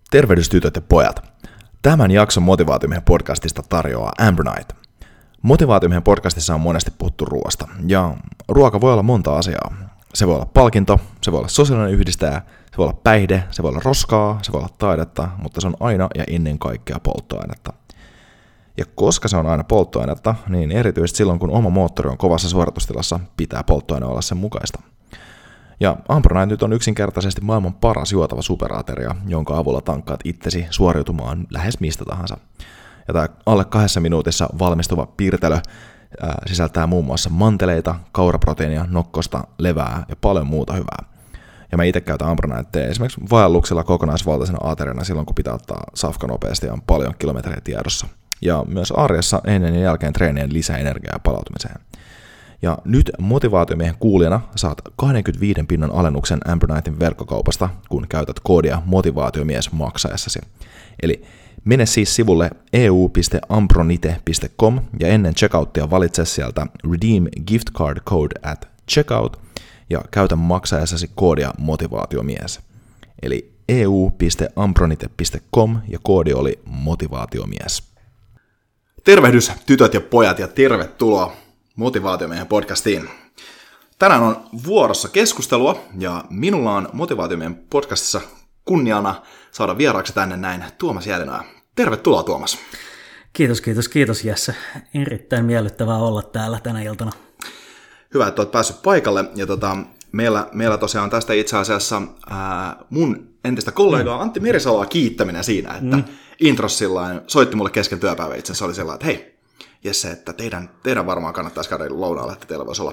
Tervehdys tytöt ja pojat. Tämän jakson Motivaatiomiehen podcastista tarjoaa Ambernight. Motivaatiomiehen podcastissa on monesti puhuttu ruoasta, ja ruoka voi olla monta asiaa. Se voi olla palkinto, se voi olla sosiaalinen yhdistäjä, se voi olla päihde, se voi olla roskaa, se voi olla taidetta, mutta se on aina ja ennen kaikkea polttoainetta. Ja koska se on aina polttoainetta, niin erityisesti silloin kun oma moottori on kovassa suoritustilassa, pitää polttoaine olla sen mukaista. Ja Ambernight nyt on yksinkertaisesti maailman paras juotava superateria, jonka avulla tankkaat itsesi suoriutumaan lähes mistä tahansa. Ja tämä alle 2 minuutissa valmistuva piirtelö sisältää muun muassa manteleita, kauraproteiinia, nokkosta, levää ja paljon muuta hyvää. Ja mä itse käytän Ambernightia esimerkiksi vaelluksilla kokonaisvaltaisena ateriana silloin, kun pitää ottaa safka nopeasti ja on paljon kilometrejä tiedossa. Ja myös arjessa ennen ja jälkeen treenien lisäenergiaa palautumiseen. Ja nyt Motivaatiomiehen kuulijana saat 25% alennuksen Ambernightin verkkokaupasta, kun käytät koodia motivaatiomies maksaessasi. Eli mene siis sivulle eu.ambronite.com ja ennen checkouttia valitse sieltä Redeem Gift Card Code at checkout ja käytä maksaessasi koodia motivaatiomies. Eli eu.ambronite.com ja koodi oli motivaatiomies. Tervehdys tytöt ja pojat ja tervetuloa Motivaatiomiehen podcastiin. Tänään on vuorossa keskustelua ja minulla on Motivaatiomiehen podcastissa kunniana saada vieraaksi tänne näin Tuomas Jälenoja. Tervetuloa Tuomas. Kiitos Jesse. Erittäin miellyttävää olla täällä tänä iltana. Hyvä, että olet päässyt paikalle. Ja meillä tosiaan tästä itse asiassa mun entistä kollegaa Antti Merisaloa kiittäminen siinä, että intros sillain soitti mulle kesken työpäivän itse asiassa oli sellainen, että hei, Jesse, että teidän varmaan kannattaisi käydä lounaalle, että teillä voisi olla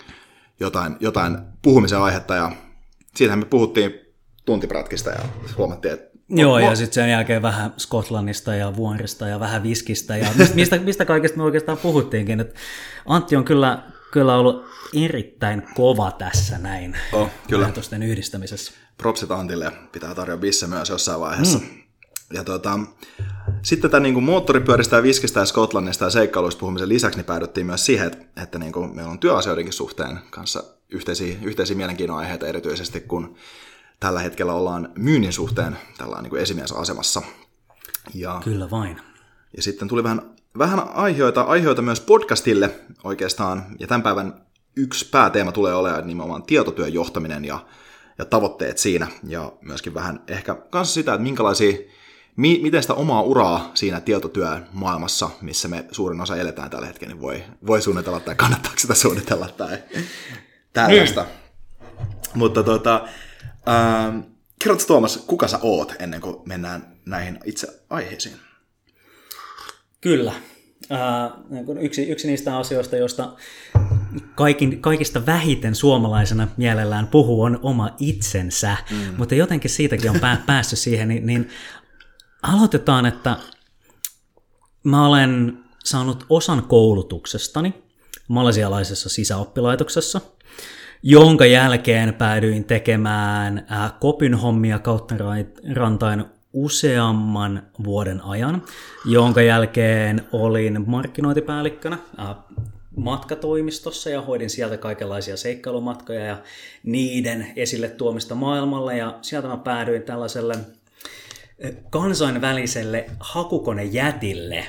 jotain puhumisen aihetta, ja siitähän me puhuttiin tuntiprätkistä, ja huomattiin, että... Joo, ja sitten sen jälkeen vähän Skotlannista ja vuorista ja vähän viskistä, ja mistä kaikesta me oikeastaan puhuttiinkin, että Antti on kyllä ollut erittäin kova tässä näin ajatusten yhdistämisessä. Propsit Antille, pitää tarjoa bisse myös jossain vaiheessa. Ja sitten tämän niin kuin moottoripyöristä ja viskistä ja Skotlannista ja seikkailuista puhumisen lisäksi niin päädyttiin myös siihen, että niin kuin meillä on työasioidenkin suhteen kanssa yhteisiä mielenkiinnon aiheita, erityisesti kun tällä hetkellä ollaan myynnin suhteen tällä niin kuin esimiesasemassa. Ja, kyllä vain. Ja sitten tuli vähän aiheita myös podcastille oikeastaan, ja tämän päivän yksi pääteema tulee olemaan nimenomaan tietotyön johtaminen ja tavoitteet siinä, ja myöskin vähän ehkä kanssa sitä, että miten sitä omaa uraa siinä tietotyön maailmassa, missä me suurin osa eletään tällä hetkellä, niin voi suunnitella tai kannattaako sitä suunnitella tai tällaista. Mutta kerrotko Tuomas, kuka sä oot ennen kuin mennään näihin itse aiheisiin? Kyllä. Yksi niistä asioista, joista kaikista vähiten suomalaisena mielellään puhuu, on oma itsensä, mutta jotenkin siitäkin on päässyt siihen, niin aloitetaan, että mä olen saanut osan koulutuksestani malesialaisessa sisäoppilaitoksessa, jonka jälkeen päädyin tekemään kopin hommia kautta rantain useamman vuoden ajan, jonka jälkeen olin markkinointipäällikkönä matkatoimistossa ja hoidin sieltä kaikenlaisia seikkailumatkoja ja niiden esille tuomista maailmalle, ja sieltä mä päädyin tällaiselle kansainväliselle hakukonejätille,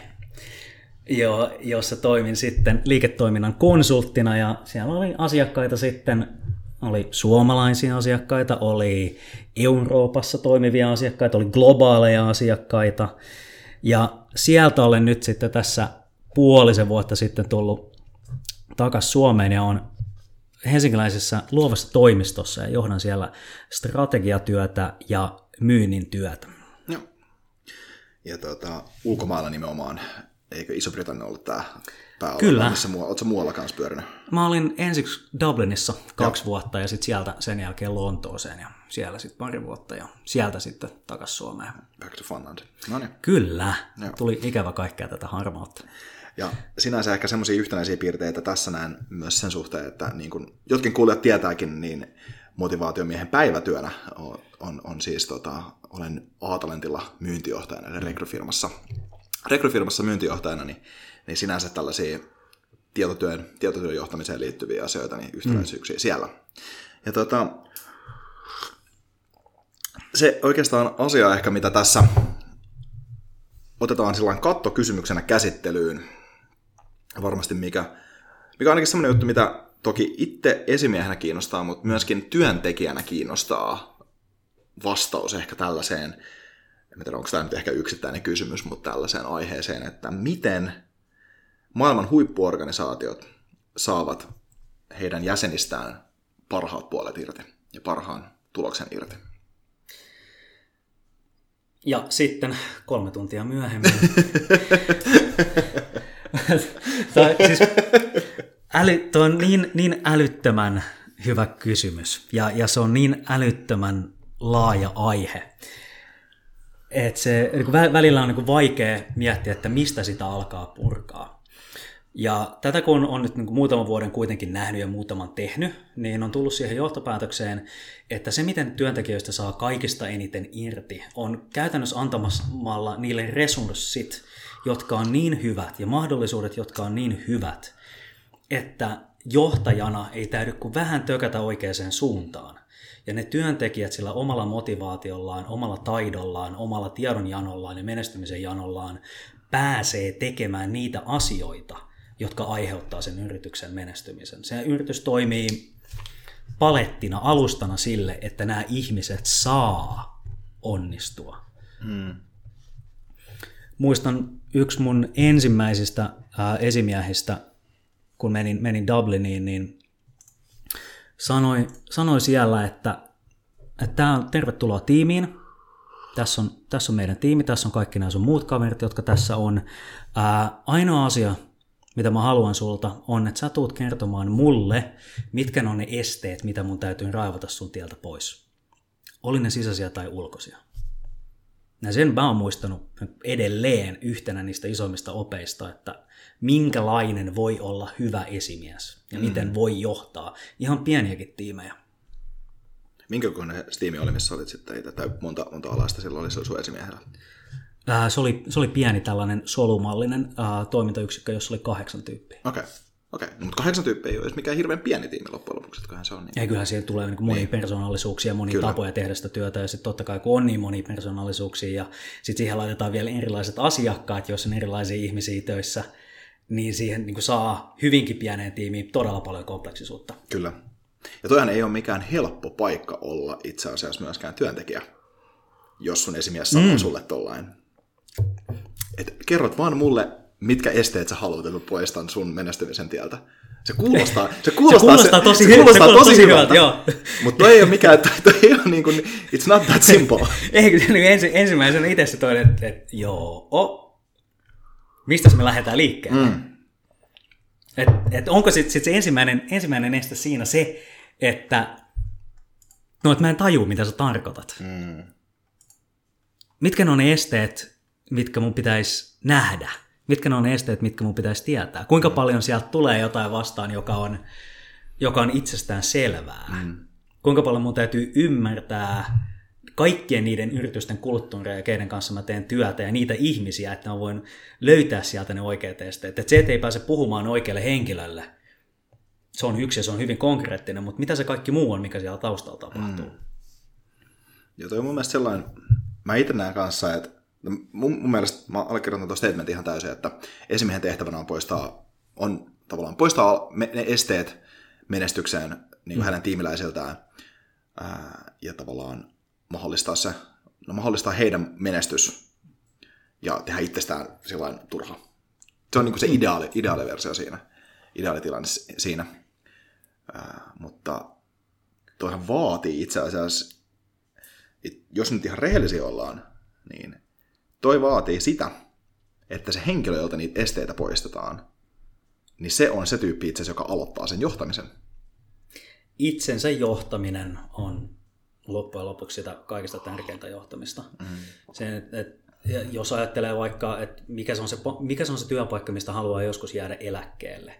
jossa toimin sitten liiketoiminnan konsulttina, ja siellä oli asiakkaita sitten, oli suomalaisia asiakkaita, oli Euroopassa toimivia asiakkaita, oli globaaleja asiakkaita, ja sieltä olen nyt sitten tässä puolisen vuotta sitten tullut takaisin Suomeen ja on helsinkiläisessä luovassa toimistossa ja johdan siellä strategiatyötä ja myynnin työtä. Joo. Ja ulkomailla nimenomaan, eikö Iso-Britannia ollut tämä pääalue? Kyllä. Oletko muualla kanssa pyörinyt? Mä olin ensiksi Dublinissa 2 vuotta ja sitten sieltä sen jälkeen Lontooseen ja siellä sitten 2 vuotta ja sieltä sitten takaisin Suomeen. Back to Finland. No niin. Kyllä. Joo. Tuli ikävä kaikkea tätä harmautta. Ja sinänsä ehkä semmoisia yhtenäisiä piirteitä tässä näen myös sen suhteen, että niin kuin jotkin kuulijat tietääkin, niin motivaatiomiehen päivätyönä on siis, olen A-talentilla myyntijohtajana, eli rekryfirmassa myyntijohtajana, niin sinänsä tällaisia tietotyön johtamiseen liittyviä asioita, niin yhtäläisyyksiä siellä. Ja Se oikeastaan asia ehkä, mitä tässä otetaan sellainen kattokysymyksenä käsittelyyn, varmasti mikä on ainakin sellainen juttu, mitä toki itse esimiehenä kiinnostaa, mutta myöskin työntekijänä kiinnostaa vastaus ehkä tällaiseen, en tiedä onko tämä nyt ehkä yksittäinen kysymys, mutta tällaiseen aiheeseen, että miten maailman huippuorganisaatiot saavat heidän jäsenistään parhaat puolet irti ja parhaan tuloksen irti. Ja sitten 3 tuntia myöhemmin. Tuo on niin älyttömän hyvä kysymys ja se on niin älyttömän laaja aihe, että se välillä on niin vaikea miettiä, että mistä sitä alkaa purkaa. Ja tätä kun on nyt niin muutaman vuoden kuitenkin nähnyt ja muutaman tehnyt, niin on tullut siihen johtopäätökseen, että se miten työntekijöistä saa kaikista eniten irti, on käytännössä antamalla niille resurssit, jotka on niin hyvät ja mahdollisuudet, jotka on niin hyvät, että johtajana ei täydy kuin vähän tökätä oikeaan suuntaan. Ja ne työntekijät sillä omalla motivaatiollaan, omalla taidollaan, omalla tiedonjanollaan ja menestymisen janollaan pääsee tekemään niitä asioita, jotka aiheuttaa sen yrityksen menestymisen. Se yritys toimii palettina, alustana sille, että nämä ihmiset saa onnistua. Muistan yksi mun ensimmäisistä esimiehistä, kun menin Dubliniin, niin sanoi siellä, että tämä on tervetuloa tiimiin. Tässä on meidän tiimi, tässä on kaikki nämä sun muut kaverit, jotka tässä on. Ainoa asia, mitä mä haluan sulta, on, että sä tuut kertomaan mulle, mitkä on ne esteet, mitä mun täytyy raivata sun tieltä pois. Oli ne sisäisiä tai ulkoisia. Ja sen mä oon muistanut edelleen yhtenä niistä isoimmista opeista, että minkälainen voi olla hyvä esimies ja miten voi johtaa ihan pieniäkin tiimejä. Minkä kokoinen tiimi oli, missä olit sitten itse, tai monta alaista silloin oli sun esimiehellä? Se oli pieni tällainen solumallinen toimintayksikkö, jossa oli 8 tyyppiä. Okei. No, mutta 8 tyyppiä ei ole edes mikään hirveän pieni tiimi loppujen lopuksi, että se on niin. Ja kyllähän siellä tulee niin monia persoonallisuuksia, monia tapoja tehdä sitä työtä, ja sitten totta kai kun on niin monia persoonallisuuksia, ja sitten siihen laitetaan vielä erilaiset asiakkaat, jos on erilaisia ihmisiä töissä, niin siihen niin saa hyvinkin pieneen tiimiin todella paljon kompleksisuutta. Kyllä. Ja toihan ei ole mikään helppo paikka olla itse asiassa myöskään työntekijä, jos sun esimies sanoo sulle tollain. Et kerrot vaan mulle, mitkä esteet sä haluat, että poistan sun menestymisen tieltä. Se kuulostaa tosi hyvältä, mutta toi ei ole mikään, toi ei ole niin kuin, it's not that simple. Ensimmäisenä itse se toinen, että mistä me lähdetään liikkeelle? Et onko sitten se ensimmäinen este siinä se, että mä en tajua, mitä sä tarkoitat. Mitkä on ne esteet, mitkä mun pitäisi nähdä? Mitkä ne on ne esteet, mitkä mun pitäisi tietää? Kuinka paljon sieltä tulee jotain vastaan, joka on itsestään selvää? Kuinka paljon mun täytyy ymmärtää kaikkien niiden yritysten kulttuureja, keiden kanssa mä teen työtä, ja niitä ihmisiä, että mä voin löytää sieltä ne oikeat esteet. Että se, että ei pääse puhumaan oikealle henkilölle, se on yksi ja se on hyvin konkreettinen, mutta mitä se kaikki muu on, mikä siellä taustalla tapahtuu? Ja toi on mun mielestä sellainen, mä itse näen kanssa, että mun mielestä, mä allekirjoitan tuon statementin ihan täysin, että esimiehen tehtävänä on poistaa ne esteet menestykseen niin kuin hänen tiimiläisiltään ja tavallaan mahdollistaa heidän menestys ja tehdä itsestään sellainen turha. Se on niin kuin se ideaaliversio siinä, ideaalitilanne siinä. Mutta toihan vaatii itse asiassa, jos nyt ihan rehellisiä ollaan, niin toi vaatii sitä, että se henkilö, jolta niitä esteitä poistetaan, niin se on se tyyppi itse asiassa, joka aloittaa sen johtamisen. Itsensä johtaminen on loppujen lopuksi sitä kaikista tärkeintä johtamista. Jos ajattelee vaikka, että mikä se on se työpaikka, mistä haluaa joskus jäädä eläkkeelle,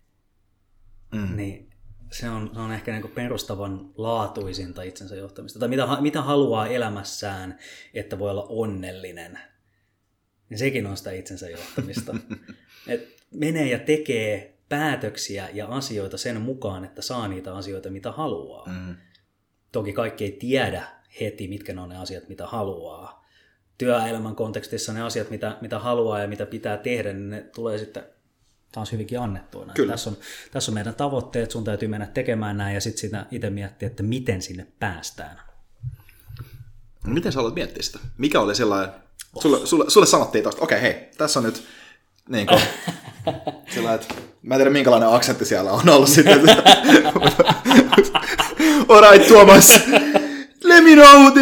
niin se on ehkä niin kuin perustavan laatuisinta itsensä johtamista. Tai mitä haluaa elämässään, että voi olla onnellinen, niin sekin on sitä itsensä johtamista. Et menee ja tekee päätöksiä ja asioita sen mukaan, että saa niitä asioita, mitä haluaa. Toki kaikki ei tiedä heti, mitkä ne on ne asiat, mitä haluaa. Työelämän kontekstissa ne asiat, mitä haluaa ja mitä pitää tehdä, niin ne tulee sitten taas hyvinkin annettuina. Tässä on meidän tavoitteet, sun täytyy mennä tekemään näin ja sitten sitä itse miettiä, että miten sinne päästään. Miten sä haluat miettiä sitä? Mikä oli sellainen, sulle sanottiin tuosta, okei, hei, tässä on nyt niin kuin, sellainen, että mä en tiedä minkälainen aksentti siellä on ollut sitten. All right, Tuomas, let me know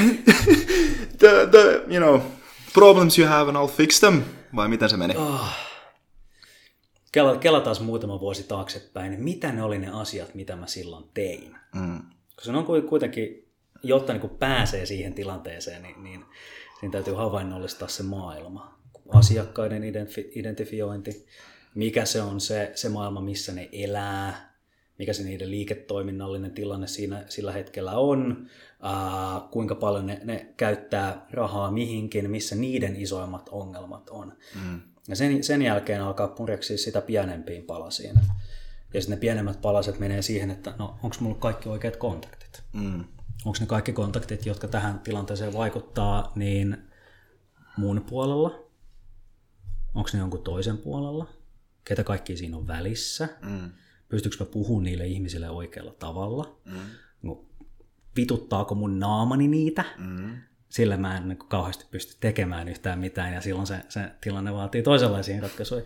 the you know, problems you have and I'll fix them. Vai miten se meni? Kelataan muutama vuosi taaksepäin, niin mitä ne oli ne asiat, mitä mä silloin tein. Koska ne on kuitenkin, jotta niin kun pääsee siihen tilanteeseen, niin siinä täytyy havainnollistaa se maailma. Asiakkaiden identifiointi, mikä se on se maailma, missä ne elää, mikä se niiden liiketoiminnallinen tilanne sillä hetkellä on, kuinka paljon ne käyttää rahaa mihinkin, missä niiden isoimmat ongelmat on. Ja sen jälkeen alkaa pureksia sitä pienempiin palasiin. Ja sitten ne pienemmät palaset menee siihen, että no, onko mulla kaikki oikeat kontaktit? Onko ne kaikki kontaktit, jotka tähän tilanteeseen vaikuttaa, niin mun puolella? Onko ne jonkun toisen puolella? Ketä kaikki siinä on välissä? Pystyykö mä puhumaan niille ihmisille oikealla tavalla? Vituttaako mun naamani niitä? Sillä mä en kauheasti pysty tekemään yhtään mitään, ja silloin se tilanne vaatii toisenlaisia ratkaisuja.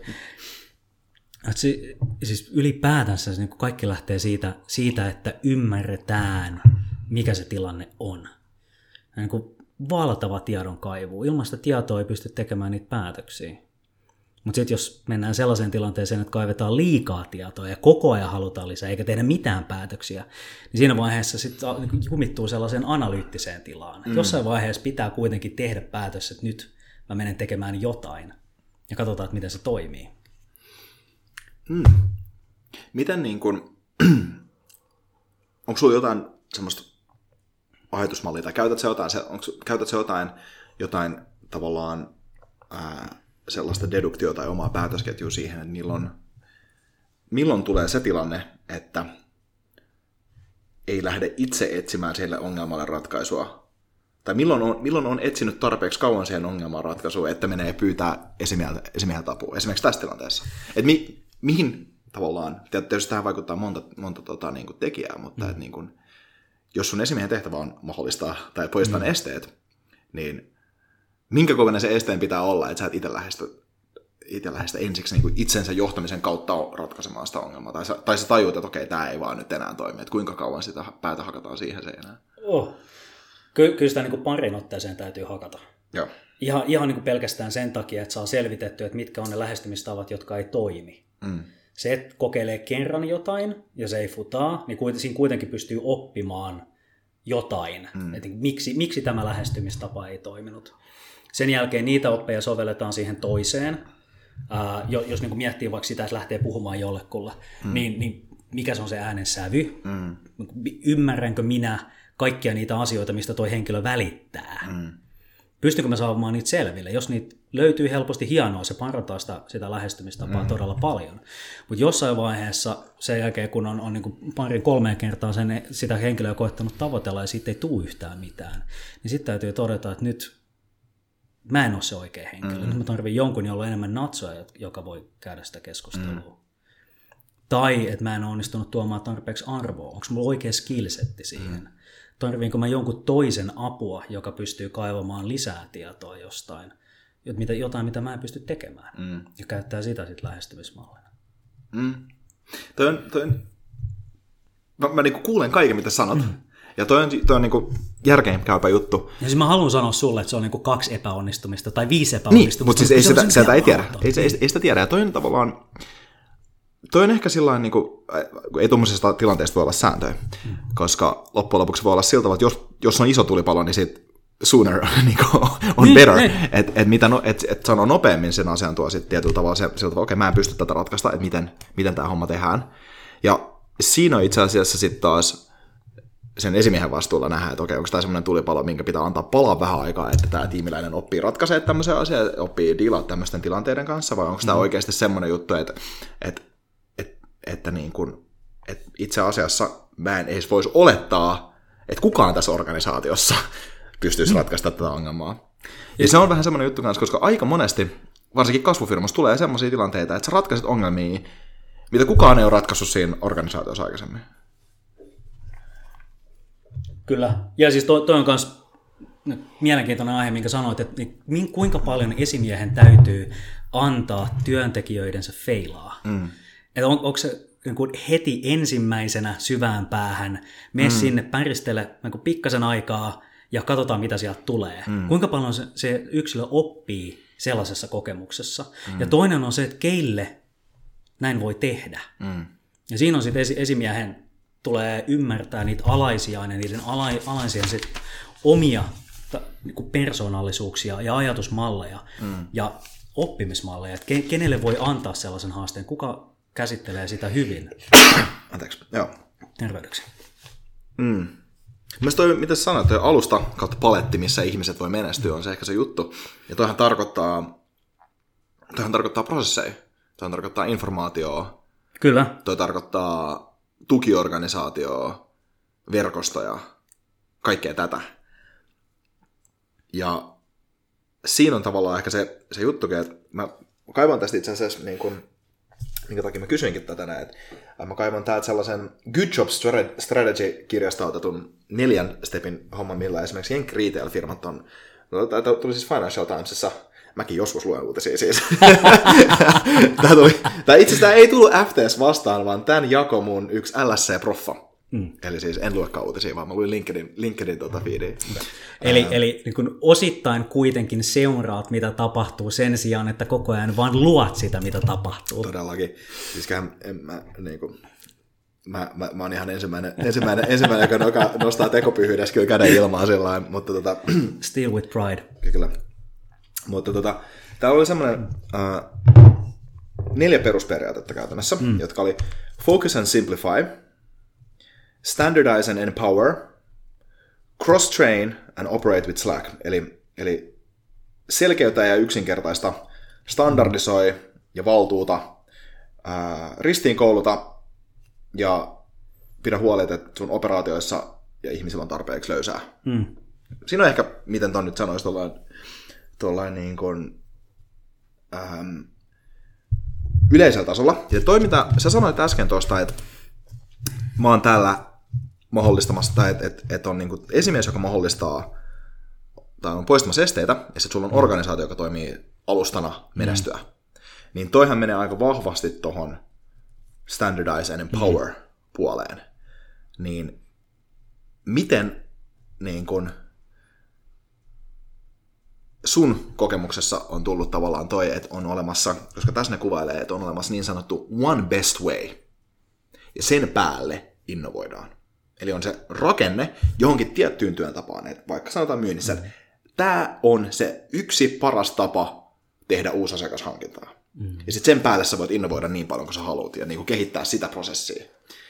Siis ylipäätänsä niin kaikki lähtee siitä, että ymmärretään, mikä se tilanne on. Niin kuin valtava tiedon kaivu. Ilman sitä tietoa ei pysty tekemään niitä päätöksiä. Mutta sitten jos mennään sellaiseen tilanteeseen, että kaivetaan liikaa tietoa ja koko ajan halutaan lisää eikä tehdä mitään päätöksiä, niin siinä vaiheessa sitten jumittuu sellaiseen analyyttiseen tilaan. Jossain vaiheessa pitää kuitenkin tehdä päätös, että nyt mä menen tekemään jotain ja katsotaan, että miten se toimii. Miten niin kun, onko sulla jotain semmoista ajatusmallia tai käytätkö jotain tavallaan sellaista deduktiota tai omaa päätösketjua siihen, että milloin tulee se tilanne, että ei lähde itse etsimään sille ongelmalle ratkaisua, tai milloin on etsinyt tarpeeksi kauan siihen ongelman ratkaisua, että menee pyytää esimieheltä apua, esimerkiksi tässä tilanteessa. Et mihin tavallaan, tietysti tähän vaikuttaa monta niin kuin tekijää, mutta et niin kuin, jos sun esimiehen tehtävä on mahdollistaa tai poistaa ne esteet, niin minkä kokoinen se esteen pitää olla, että sä et itse lähestä ensiksi niin kuin itsensä johtamisen kautta ratkaisemaan sitä ongelmaa. Tai sä tajuut, että okei, tämä ei vaan nyt enää toimi. Että kuinka kauan sitä päätä hakataan siihen seinään. Kyllä sitä niin kuin parin otteeseen täytyy hakata. Joo. Ihan niin kuin pelkästään sen takia, että saa selvitettyä, että mitkä on ne lähestymistavat, jotka ei toimi. Se, että kokeilee kerran jotain ja se ei futaa, niin siinä kuitenkin pystyy oppimaan jotain. Että miksi tämä lähestymistapa ei toiminut. Sen jälkeen niitä oppeja sovelletaan siihen toiseen. Jos niin miettii vaikka sitä, että lähtee puhumaan jollekulle, niin mikä se on se äänen sävy? Ymmärränkö minä kaikkia niitä asioita, mistä toi henkilö välittää? Pystynkö mä saamaan niitä selville? Jos niitä löytyy helposti, hienoa, se parantaa sitä lähestymistapaa todella paljon. Mutta jossain vaiheessa sen jälkeen, kun on niin kuin 2-3 kertaa sitä henkilöä koettanut tavoitella ja siitä ei tule yhtään mitään, niin sitten täytyy todeta, että nyt mä en ole se oikea henkilö. Nyt mä tarvitsen jonkun, jolla on enemmän natsoja, joka voi käydä sitä keskustelua. Tai että mä en ole onnistunut tuomaan tarpeeksi arvoa. Onko mulla oikea skillsetti siihen? Tarviinko mä jonkun toisen apua, joka pystyy kaivamaan lisää tietoa jostain? Jotain, mitä mä en pysty tekemään. Ja käyttää sitä sitten lähestymismallina. Mä niinku kuulen kaiken, mitä sanot. Ja toi on niinku järkeenkäypä juttu. Ja siis mä haluan sanoa sulle, että se on niinku 2 epäonnistumista tai 5 epäonnistumista. Niin, mutta siis sitä ei tiedä. Ei sitä tiedä. Ja toi on tavallaan, toi on ehkä sillain, niinku, ei tuommoisesta tilanteesta voi olla sääntöjä, koska loppujen lopuksi voi olla siltä, että jos on iso tulipalo, niin sit sooner niinku, on better. Että sanoo nopeammin sen asian tuo sitten tietyllä tavalla siltä, että okei, mä en pysty tätä ratkaista, että miten tämä homma tehdään. Ja siinä on itse asiassa sitten taas sen esimiehen vastuulla nähdä, että okei, onko tämä semmoinen tulipalo, minkä pitää antaa palaa vähän aikaa, että tämä tiimiläinen oppii ratkaisemaan tämmöisiä asioita, oppii diilaa tämmöisten tilanteiden kanssa, vai onko tämä oikeasti semmoinen juttu, että niin kuin, että itse asiassa mä en edes voisi olettaa, että kukaan tässä organisaatiossa pystyisi ratkaista tätä ongelmaa. Ja se on vähän semmoinen juttu kanssa, koska aika monesti, varsinkin kasvufirmassa, tulee semmoisia tilanteita, että sä ratkaiset ongelmia, mitä kukaan ei ole ratkaissut siinä organisaatiossa aikaisemmin. Kyllä. Ja siis toi on myös mielenkiintoinen aihe, minkä sanoit, että kuinka paljon esimiehen täytyy antaa työntekijöidensä feilaa. Että onko se heti ensimmäisenä syvään päähän, mene sinne, päristele pikkasen aikaa ja katsotaan, mitä sieltä tulee. Kuinka paljon se yksilö oppii sellaisessa kokemuksessa. Ja toinen on se, että keille näin voi tehdä. Ja siinä on sitten esimiehen tulee ymmärtää niitä alaisia ja niiden alaisien sit omia persoonallisuuksia ja ajatusmalleja ja oppimismalleja. Että kenelle voi antaa sellaisen haasteen, kuka käsittelee sitä hyvin. Anteeksi, joo. Terveydeksi. Mielestäni toi, mitä sanoit, toi alusta kautta paletti, missä ihmiset voi menestyä, on se ehkä se juttu. Ja toihan tarkoittaa prosesseja. Toihan tarkoittaa informaatiota. Kyllä. Toi tarkoittaa tukiorganisaatioa, verkostoja, kaikkea tätä. Ja siinä on tavallaan ehkä se juttukin, että mä kaivan tästä itse asiassa, niin kun, minkä takia mä kysyinkin tätä näin, että mä kaivan täältä sellaisen Good Job Strategy-kirjasta otetun 4 stepin homman, millä esimerkiksi Jenk Retail-firmat on, tuli siis Financial Timesissa, mäkin joskus luen uutisia siis. Tämä itse asiassa ei tullut FTS vastaan, vaan tämän jako mun yksi LSC-proffa. Eli siis en luekaan uutisia, vaan mä luin LinkedIn feediä. Eli niin kun osittain kuitenkin seuraat, mitä tapahtuu sen sijaan, että koko ajan vaan luot sitä, mitä tapahtuu. Todellakin. Siis mä oon ihan ensimmäinen joka nostaa tekopyhyydessä kyllä käden ilmaa sellainen, mutta Still with pride. Kyllä. Mutta täällä oli semmoinen 4 perusperiaatetta käytännössä, jotka oli Focus and Simplify, Standardize and Empower, Cross-Train and Operate with Slack. Eli selkeytä ja yksinkertaista, standardisoi ja valtuuta, ristiinkouluta ja pidä huoli, että sun operaatioissa ja ihmisillä on tarpeeksi löysää. Siinä on ehkä, miten ton nyt sanoisi, tuollain niin kuin, yleisellä tasolla. Ja toi, mitä sä sanoit äsken tuosta, että mä oon täällä mahdollistamassa, tai että on niin kuin esimies, joka mahdollistaa tai on poistamassa esteitä, ja sitten sulla on organisaatio, joka toimii alustana menestyä. Niin toihan menee aika vahvasti tuohon standardize and empower puoleen. Niin miten niin kun sun kokemuksessa on tullut tavallaan toi, että on olemassa, koska tässä ne kuvailee, että on olemassa niin sanottu one best way, ja sen päälle innovoidaan. Eli on se rakenne johonkin tiettyyn työn tapaan, että vaikka sanotaan myynnissä, että tämä on se yksi paras tapa tehdä uusi asiakashankintaa. Ja sitten sen päälle sä voit innovoida niin paljon kuin sä haluat ja niin kuin kehittää sitä prosessia.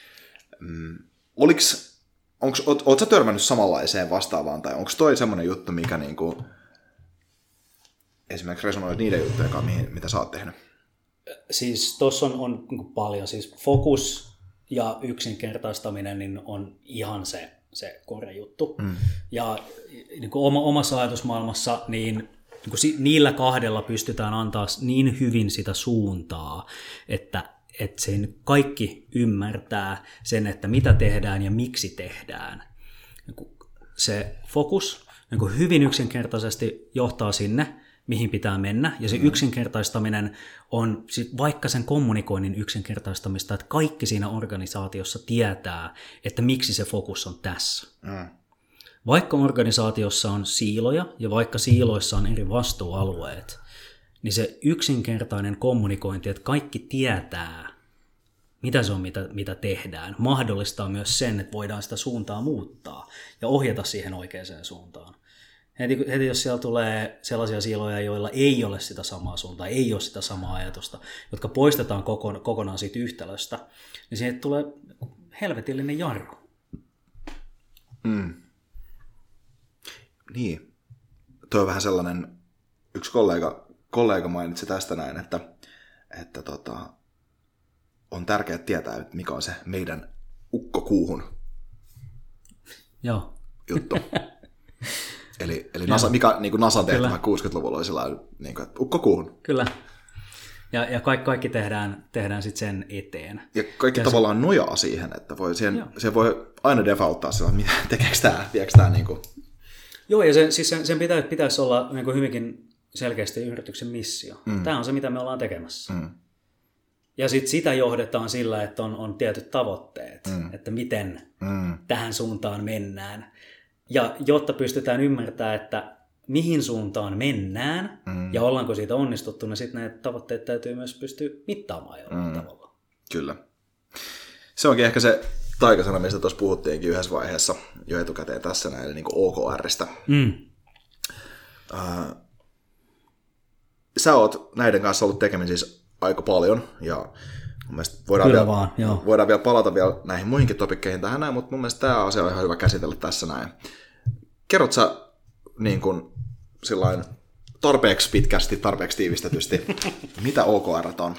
Ootko sä törmännyt samanlaiseen vastaavaan, tai onko toi semmoinen juttu, mikä niin kuin esimerkiksi resonoi niiden juttujen kanssa, mitä sä oot tehnyt? Siis tuossa on paljon. Siis fokus ja yksinkertaistaminen niin on ihan se core juttu. Ja niin kuin omassa ajatusmaailmassa niin niillä kahdella pystytään antaa niin hyvin sitä suuntaa, että sen kaikki ymmärtää sen, että mitä tehdään ja miksi tehdään. Se fokus hyvin yksinkertaisesti johtaa sinne, mihin pitää mennä, ja se yksinkertaistaminen on vaikka sen kommunikoinnin yksinkertaistamista, että kaikki siinä organisaatiossa tietää, että miksi se fokus on tässä. Vaikka organisaatiossa on siiloja, ja vaikka siiloissa on eri vastuualueet, niin se yksinkertainen kommunikointi, että kaikki tietää, mitä se on, mitä tehdään, mahdollistaa myös sen, että voidaan sitä suuntaa muuttaa ja ohjata siihen oikeaan suuntaan. Heti jos siellä tulee sellaisia siiloja, joilla ei ole sitä samaa suuntaa, ei ole sitä samaa ajatusta, jotka poistetaan kokonaan siitä yhtälöstä, niin siihen tulee helvetillinen jarru. Niin. Tuo on vähän sellainen, yksi kollega mainitsi tästä näin, että on tärkeää tietää, mikä on se meidän ukko kuuhun. Joo. juttu. Eli NASA, mikä niin kuin NASAn tehtävä 60-luvulla oli sellainen, niin kuin, että ukko kuuhun. Kyllä. Ja kaikki tehdään sitten sen eteen. Ja kaikki tavallaan nojaa siihen, että se voi aina defaulttaa sillä, että tekeekö tämä, viekö tämä niin kuin... Joo, ja sen pitäisi olla niin kuin hyvinkin selkeästi yrityksen missio. Tämä on se, mitä me ollaan tekemässä. Ja sitten sitä johdetaan sillä, että on tietyt tavoitteet, että miten tähän suuntaan mennään. Ja jotta pystytään ymmärtämään, että mihin suuntaan mennään ja ollaanko siitä onnistuttu, niin sitten näitä tavoitteet täytyy myös pystyä mittaamaan jollain tavalla. Kyllä. Se onkin ehkä se taikasana, mistä tuossa puhuttiinkin yhdessä vaiheessa jo etukäteen tässä näin, eli niin kuin OKR:stä. Sä oot näiden kanssa ollut tekemisissä aika paljon, ja mun mielestä voidaan vielä palata vielä näihin muihinkin topikkeihin tähän näin, mutta mun mielestä tämä asia on ihan hyvä käsitellä tässä näin. Kerrot sä niin kuin sillain tarpeeksi pitkästi, tarpeeksi tiivistetysti, mitä OKR on?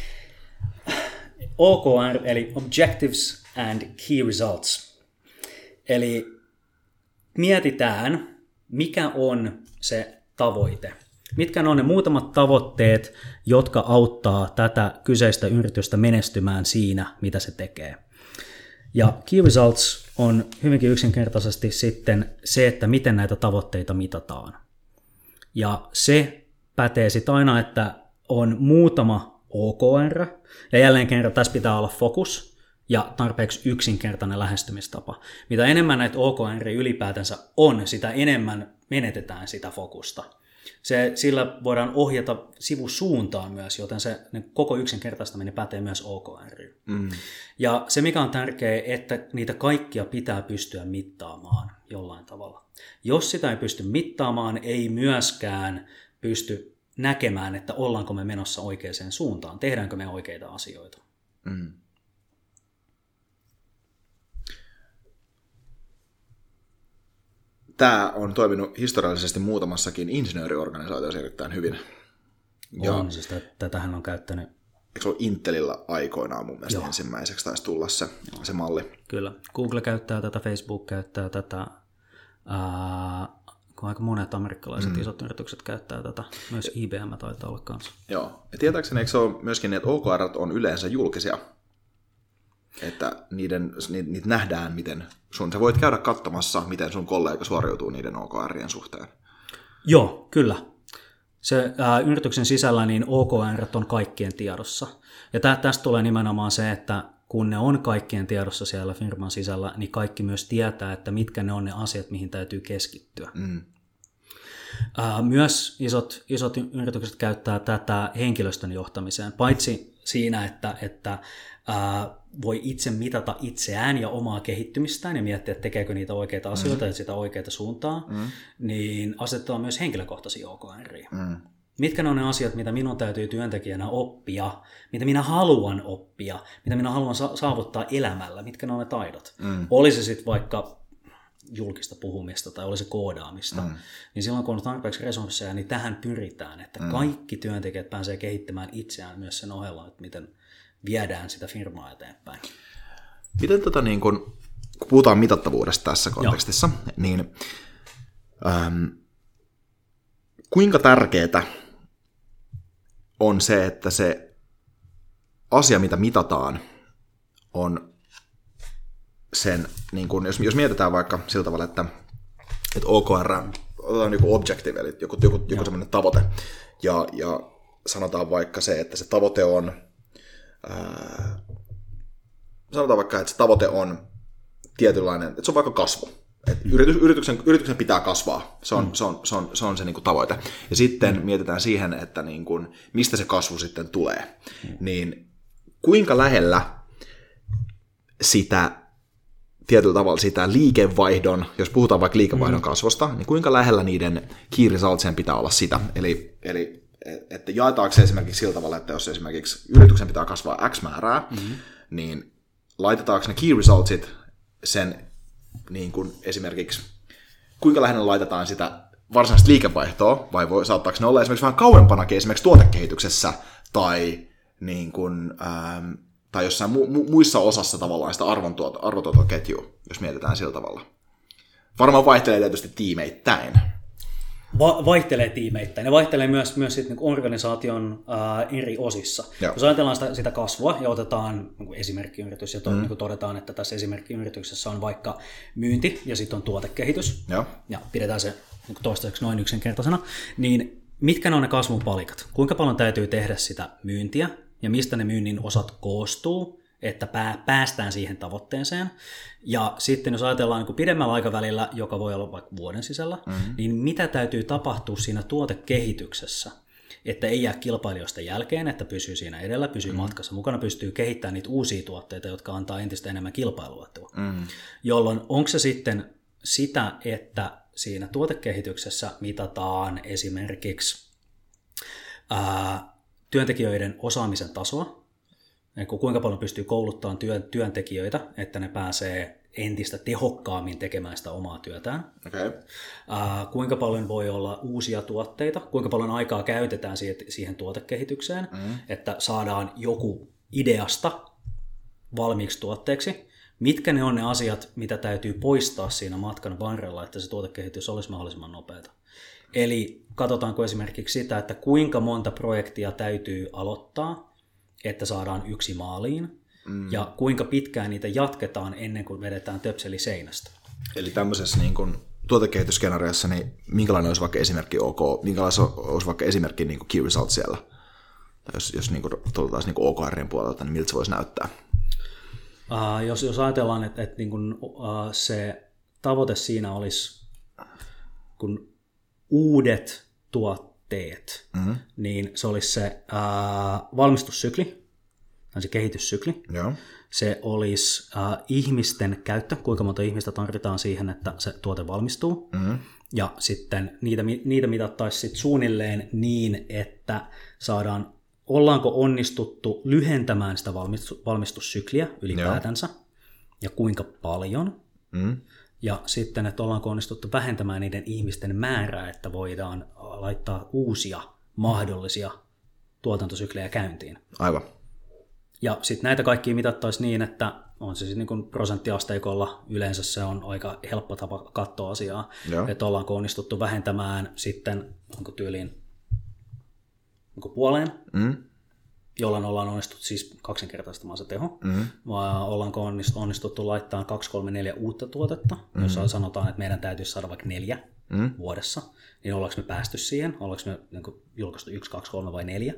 OKR, eli Objectives and Key Results. Eli mietitään, mikä on se tavoite. Mitkä on ne muutamat tavoitteet, jotka auttaa tätä kyseistä yritystä menestymään siinä, mitä se tekee. Ja Key Results on hyvinkin yksinkertaisesti sitten se, että miten näitä tavoitteita mitataan. Ja se pätee sitten aina, että on muutama OKR, ja jälleen kerran tässä pitää olla fokus ja tarpeeksi yksinkertainen lähestymistapa. Mitä enemmän näitä OKR ylipäätänsä on, sitä enemmän menetetään sitä fokusta. Sillä voidaan ohjata sivusuuntaan myös, joten se koko yksinkertaistaminen pätee myös OKR:ään. Ja se, mikä on tärkeää, että niitä kaikkia pitää pystyä mittaamaan jollain tavalla. Jos sitä ei pysty mittaamaan, ei myöskään pysty näkemään, että ollaanko me menossa oikeaan suuntaan, tehdäänkö me oikeita asioita. Tämä on toiminut historiallisesti muutamassakin insinööriorganisaatiossa erittäin hyvin. On, siis tätähän on käyttänyt. Eikö se ole Intelillä aikoinaan mun mielestä ensimmäiseksi taisi tulla se malli? Kyllä. Google käyttää tätä, Facebook käyttää tätä, kun aika monet amerikkalaiset isot yritykset käyttää tätä. Myös IBM taitaa olla kanssa. Joo. Ja tietääkseni eikö se ole myöskin, että OKR on yleensä julkisia? Että niitä nähdään, miten sä voit käydä katsomassa, miten sun kollega suoriutuu niiden OKRien suhteen. Joo, kyllä. Se yrityksen sisällä niin OKR on kaikkien tiedossa. Ja tästä tulee nimenomaan se, että kun ne on kaikkien tiedossa siellä firman sisällä, niin kaikki myös tietää, että mitkä ne on ne asiat, mihin täytyy keskittyä. Myös isot yritykset käyttää tätä henkilöstön johtamiseen, paitsi siinä, että voi itse mitata itseään ja omaa kehittymistään ja miettiä, että tekeekö niitä oikeita asioita ja sitä oikeaa suuntaa, niin asetetaan myös henkilökohtaisia OKR:ia. Mitkä ne on ne asiat, mitä minun täytyy työntekijänä oppia, mitä minä haluan oppia, mitä minä haluan saavuttaa elämällä, mitkä ne on ne taidot. Oli se sitten vaikka julkista puhumista tai oli se koodaamista, niin silloin kun on tarpeeksi resursseja, niin tähän pyritään, että kaikki työntekijät pääsee kehittämään itseään myös sen ohella, että miten viedään sitä firmaa eteenpäin. Miten niin kun puhutaan mitattavuudesta tässä kontekstissa, niin kuinka tärkeää on se, että se asia, mitä mitataan, on sen, niin kun, jos mietitään vaikka sillä tavalla, että OKR, otetaan joku objective, eli joku semmoinen tavoite, ja sanotaan vaikka se, että se tavoite on, sanotaan vaikka, että se tavoite on tietynlainen, että se on vaikka kasvu. Että yrityksen pitää kasvaa, se on se niin kuin tavoite. Ja sitten mietitään siihen, että niin kuin, mistä se kasvu sitten tulee. Niin kuinka lähellä sitä tietyllä tavalla sitä liikevaihdon, jos puhutaan vaikka liikevaihdon kasvusta, niin kuinka lähellä niiden key resultsien pitää olla sitä. Eli että jaetaanko se esimerkiksi sillä tavalla, että jos esimerkiksi yrityksen pitää kasvaa X määrää, niin laitetaanko ne key resultsit sen niin kuin esimerkiksi, kuinka lähellä laitetaan sitä varsinaista liikevaihtoa, vai saattaako ne olla esimerkiksi vähän kauempanakin esimerkiksi tuotekehityksessä tai, niin kuin, tai jossain muissa osassa tavallaan sitä arvontuotantoketjua, jos mietitään sillä tavalla. Varmaan vaihtelee tietysti tiimeittäin. Vaihtelee tiimeittäin. Ne vaihtelee myös sit niin organisaation eri osissa. Joo. Jos ajatellaan sitä kasvua ja otetaan niin esimerkkiyritys ja niin todetaan, että tässä esimerkkiyrityksessä on vaikka myynti ja sitten on tuotekehitys Joo. ja pidetään se niin toistaiseksi noin yksinkertaisena, niin mitkä ne on ne kasvun palikat? Kuinka paljon täytyy tehdä sitä myyntiä ja mistä ne myynnin osat koostuu, että päästään siihen tavoitteeseen. Ja sitten jos ajatellaan niin pidemmällä aikavälillä, joka voi olla vaikka vuoden sisällä, niin mitä täytyy tapahtua siinä tuotekehityksessä, että ei jää kilpailijoista jälkeen, että pysyy siinä edellä, pysyy matkassa mukana, pystyy kehittämään niitä uusia tuotteita, jotka antaa entistä enemmän kilpailuetua. Jolloin onko se sitten sitä, että siinä tuotekehityksessä mitataan esimerkiksi työntekijöiden osaamisen tasoa, kuinka paljon pystyy kouluttamaan työntekijöitä, että ne pääsee entistä tehokkaammin tekemään sitä omaa työtään. Okay. Kuinka paljon voi olla uusia tuotteita, kuinka paljon aikaa käytetään siihen tuotekehitykseen, että saadaan joku ideasta valmiiksi tuotteeksi. Mitkä ne on ne asiat, mitä täytyy poistaa siinä matkan varrella, että se tuotekehitys olisi mahdollisimman nopeata. Eli katsotaanko esimerkiksi sitä, että kuinka monta projektia täytyy aloittaa, että saadaan yksi maaliin, ja kuinka pitkään niitä jatketaan ennen kuin vedetään töpseli seinästä. Eli tämmöisessä niin kuin tuotekehitysskenaariossa, niin minkälainen olisi vaikka esimerkki OK, minkälainen olisi vaikka esimerkki niin kuin key result siellä? Tai jos niin tultaisiin niin OKRin puolelta, niin miltä se voisi näyttää? Jos ajatellaan, että niin kun, se tavoite siinä olisi kun uudet tuotteet, niin se olisi se valmistussykli, tai se kehityssykli. Joo. Se olisi ihmisten käyttö, kuinka monta ihmistä tarvitaan siihen, että se tuote valmistuu. Ja sitten niitä mitattaisiin sit suunnilleen niin, että ollaanko onnistuttu lyhentämään sitä valmistussykliä ylipäätänsä, ja kuinka paljon. Ja sitten, että ollaanko onnistuttu vähentämään niiden ihmisten määrää, että voidaan laittaa uusia mahdollisia tuotantosyklejä käyntiin. Aivan. Ja sitten näitä kaikkia mitattaisiin niin, että on se sitten niin prosenttiasteikolla, yleensä se on aika helppo tapa katsoa asiaa, että ollaanko onnistuttu vähentämään sitten onko tyyliin puoleen, jolloin ollaan onnistuttu siis kaksinkertaistamaan se teho, vai ollaanko onnistuttu laittaa 2, 3, 4 uutta tuotetta, jos sanotaan, että meidän täytyisi saada vaikka 4 vuodessa, niin ollaanko me päästy siihen, ollaanko me niin julkaistu 1, 2, 3 vai 4,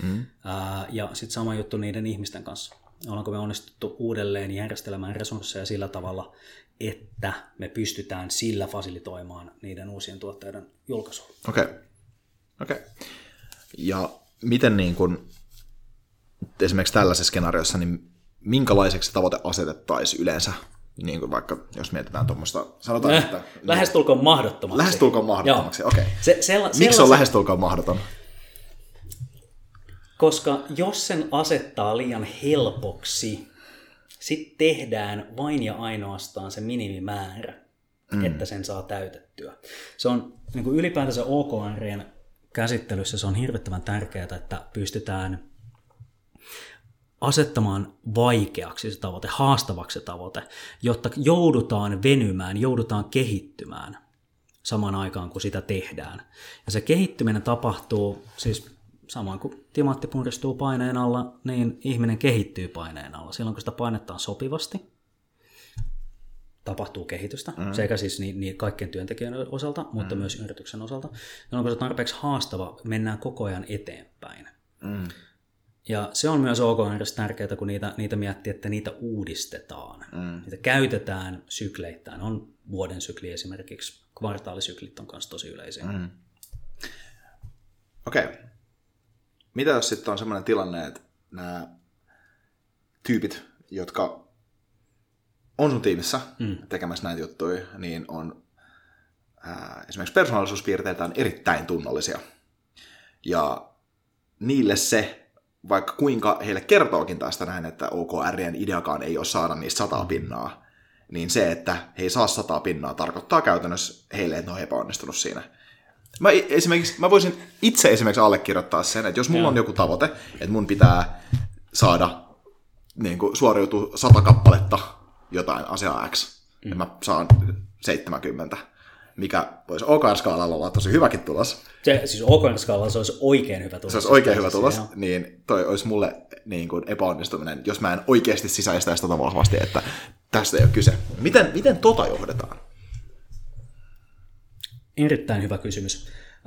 ja sitten sama juttu niiden ihmisten kanssa. Ollaanko me onnistuttu uudelleen järjestelemään resursseja sillä tavalla, että me pystytään sillä fasilitoimaan niiden uusien tuotteiden julkaisua. Okei. Ja miten niin kun, esimerkiksi tällaisessa skenaariossa, niin minkälaiseksi tavoite asetettaisiin yleensä? Niin kuin vaikka, jos mietitään tuommoista, sanotaan, että... Lähestulkoon mahdottomaksi. Lähestulkoon mahdottomaksi, okei. Miksi se on lähestulkoon mahdoton? Koska jos sen asettaa liian helpoksi, sitten tehdään vain ja ainoastaan se minimimäärä, että sen saa täytettyä. Se on niin kuin ylipäätänsä OKR:n käsittelyssä se on hirvittävän tärkeää, että pystytään asettamaan vaikeaksi se tavoite, haastavaksi se tavoite, jotta joudutaan venymään, joudutaan kehittymään samaan aikaan, kun sitä tehdään. Ja se kehittyminen tapahtuu, siis samoin kuin timantti puristuu paineen alla, niin ihminen kehittyy paineen alla. Silloin, kun sitä painetaan sopivasti, tapahtuu kehitystä, sekä siis niin kaikkien työntekijöiden osalta, mutta myös yrityksen osalta. Jolloin kun se on tarpeeksi haastava, mennään koko ajan eteenpäin. Ja se on myös OKR:ssä tärkeää, kun niitä miettii, että niitä uudistetaan. Niitä käytetään sykleittäin. On vuoden sykli esimerkiksi, kvartaalisyklit on myös tosi yleisiä. Okei. Mitä jos sitten on sellainen tilanne, että nämä tyypit, jotka on sun tiimissä tekemässä näitä juttuja, niin on esimerkiksi persoonallisuuspiirteiltään erittäin tunnollisia. Ja niille se, vaikka kuinka heille kertookin tästä näin, että OKR:n ideakaan ei ole saada niistä 100 pinnaa, niin se, että he ei saa 100 pinnaa, tarkoittaa käytännössä heille, että ne on epäonnistunut siinä. Mä voisin itse esimerkiksi allekirjoittaa sen, että jos mulla on joku tavoite, että mun pitää saada niin kuin, suoriutua 100 kappaletta jotain asiaa X, ja mä saan 70, mikä voisi OKR-skaalalla olla tosi hyväkin tulos. Siis OKR-skaalalla se olisi oikein hyvä tulos. Se olisi oikein hyvä tulos, niin toi olisi mulle niin kuin epäonnistuminen, jos mä en oikeasti sisäistäisi tota vahvasti, että tästä ei ole kyse. Miten tota johdetaan? Erittäin hyvä kysymys.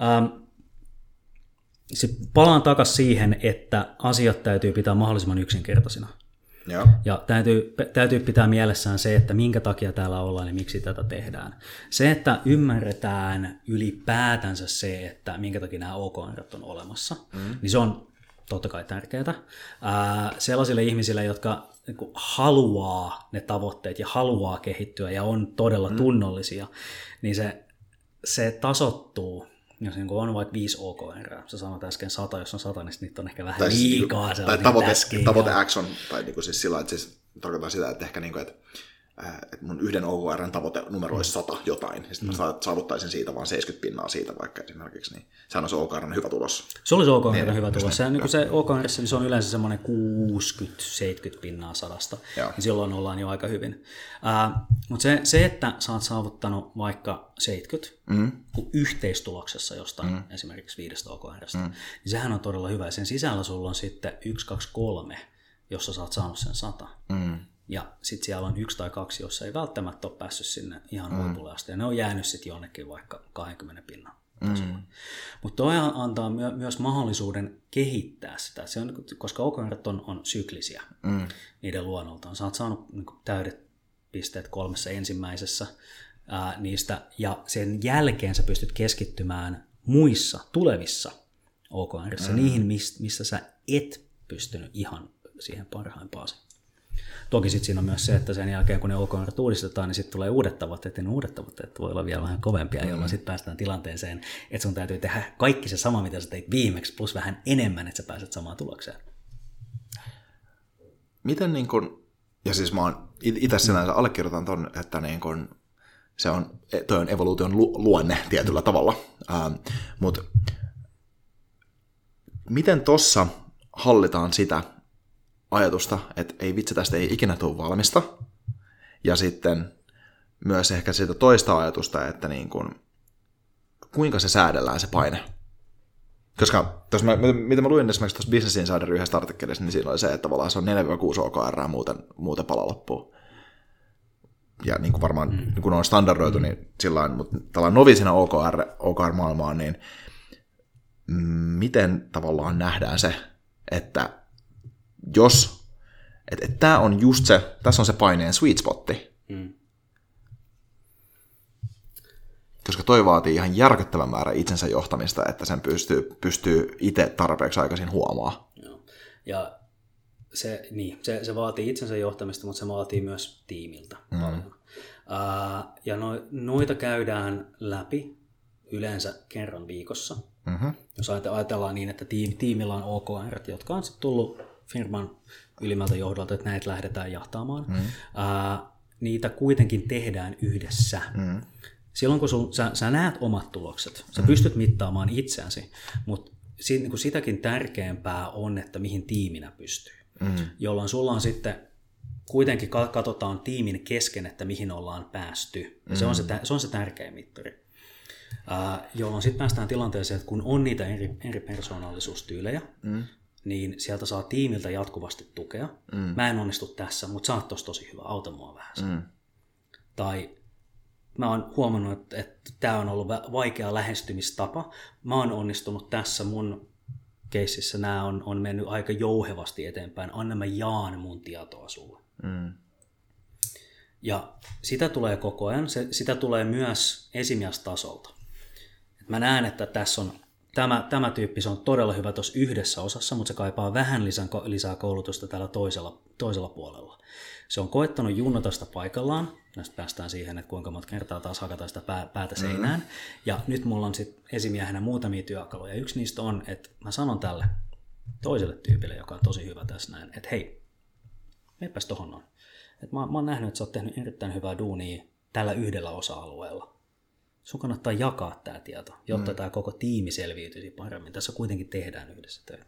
Palaan takaisin siihen, että asiat täytyy pitää mahdollisimman yksinkertaisina. Joo. Ja täytyy pitää mielessään se, että minkä takia täällä ollaan ja miksi tätä tehdään. Se, että ymmärretään ylipäätänsä se, että minkä takia nämä OKR:t on olemassa, niin se on totta kai tärkeää. Sellaisille ihmisille, jotka haluaa ne tavoitteet ja haluaa kehittyä ja on todella tunnollisia, niin se tasoittuu. Jos on vaikka 5 OKR, sä sanoit äsken 100, jos on 100, niin niitä on ehkä vähän liikaa. Tai tavoite X on, tai niin kuin siis sillä, että siis tarkoittaa sitä, että ehkä niin kuin, että mun yhden OKR:n tavoite numero olisi 100 jotain, ja sitten mä saavuttaisin siitä vaan 70% siitä vaikka esimerkiksi, niin sehän on se OKR:n hyvä tulos. Se olisi OKR:n hyvä tulos. Se OKR:ssä niin se on yleensä semmoinen 60-70% 100, niin silloin ollaan jo aika hyvin. Mutta se, että sä oot saavuttanut vaikka 70 yhteistuloksessa jostain esimerkiksi 5 OKR:stä, niin sehän on todella hyvä. Ja sen sisällä sulla on sitten 1, 2, 3, jossa sä oot saanut sen 100. Ja sitten siellä on 1 tai 2, jossa ei välttämättä ole päässyt sinne ihan huipulle asti. Ja ne on jäänyt sitten jonnekin vaikka 20% tasolla. Mutta toi antaa myös mahdollisuuden kehittää sitä. Se on, koska OKR:t on syklisiä niiden luonnoltaan. Sä oot saanut täydet pisteet 3 ensimmäisessä niistä. Ja sen jälkeen sä pystyt keskittymään muissa tulevissa OKR:issa. Niihin, missä sä et pystynyt ihan siihen parhaimpaan. Toki sitten siinä on myös se, että sen jälkeen kun ne OKR:t uudistetaan, niin sitten tulee uudet tavoitteet, ja ne uudet tavoitteet voi olla vielä vähän kovempia, jolloin sitten päästään tilanteeseen, että sun täytyy tehdä kaikki se sama, mitä sä teit viimeksi, plus vähän enemmän, että sä pääset samaan tulokseen. Miten niin kun, ja siis mä oon itse sinänsä allekirjoitan ton, että niin kun, toi on evoluution luonne tietyllä tavalla, mutta miten tossa hallitaan sitä ajatusta, että ei vitsi, tästä ei ikinä tule valmista. Ja sitten myös ehkä sitä toista ajatusta, että niin kuin, kuinka se säädellään se paine. Koska mitä mä luin esimerkiksi tuossa Business Insiderin yhdessä artikkelissa, niin siinä oli se, että tavallaan se on 4-6 OKR muuten pala loppuun. Ja niin kuin varmaan kun on standardoitu, niin sillain, mutta tällainen novisina OKR-maailmaan, niin miten tavallaan nähdään se, että jos, että tämä on just se, tässä on se paineen sweet spotti. Koska toi vaatii ihan järkyttävän määrän itsensä johtamista, että sen pystyy itse tarpeeksi aikaisin huomaamaan. Joo. Ja se vaatii itsensä johtamista, mutta se vaatii myös tiimiltä paljon. Ja noita käydään läpi yleensä kerran viikossa. Jos ajatellaan niin, että tiimillä on OKR, jotka on sitten tullut firman ylimmältä johdolta, että näitä lähdetään jahtaamaan. Niitä kuitenkin tehdään yhdessä. Silloin kun sä näet omat tulokset, sä pystyt mittaamaan itseäsi, mutta sitäkin tärkeämpää on, että mihin tiiminä pystyy. Jolloin sulla on sitten, kuitenkin katsotaan tiimin kesken, että mihin ollaan päästy. Ja se on se tärkeä mittari. Jolloin sitten päästään tilanteeseen, että kun on niitä eri persoonallisuustyylejä, niin sieltä saa tiimiltä jatkuvasti tukea. Mä en onnistu tässä, mutta sä oot tosi hyvä, auta mua vähän. Tai mä oon huomannut, että tää on ollut vaikea lähestymistapa. Mä oon onnistunut tässä mun keississä, nämä on mennyt aika jouhevasti eteenpäin. Anna mä jaan mun tietoa sulle. Ja sitä tulee koko ajan, sitä tulee myös esimiestasolta. Mä näen, että tässä on tämä tyyppi, se on todella hyvä tuossa yhdessä osassa, mutta se kaipaa vähän lisää koulutusta tällä toisella puolella. Se on koettanut junnata sitä paikallaan, näistä päästään siihen, että kuinka monta kertaa taas hakataan sitä päätä seinään. Ja nyt mulla on sitten esimiehenä muutamia työkaluja. Yksi niistä on, että mä sanon tälle toiselle tyypille, joka on tosi hyvä tässä näin, että hei, meepäs tohon noin. Mä oon nähnyt, että sä oot tehnyt erittäin hyvää duunia tällä yhdellä osa-alueella. Sun kannattaa jakaa tämä tieto, jotta tämä koko tiimi selviytyisi paremmin. Tässä kuitenkin tehdään yhdessä töitä.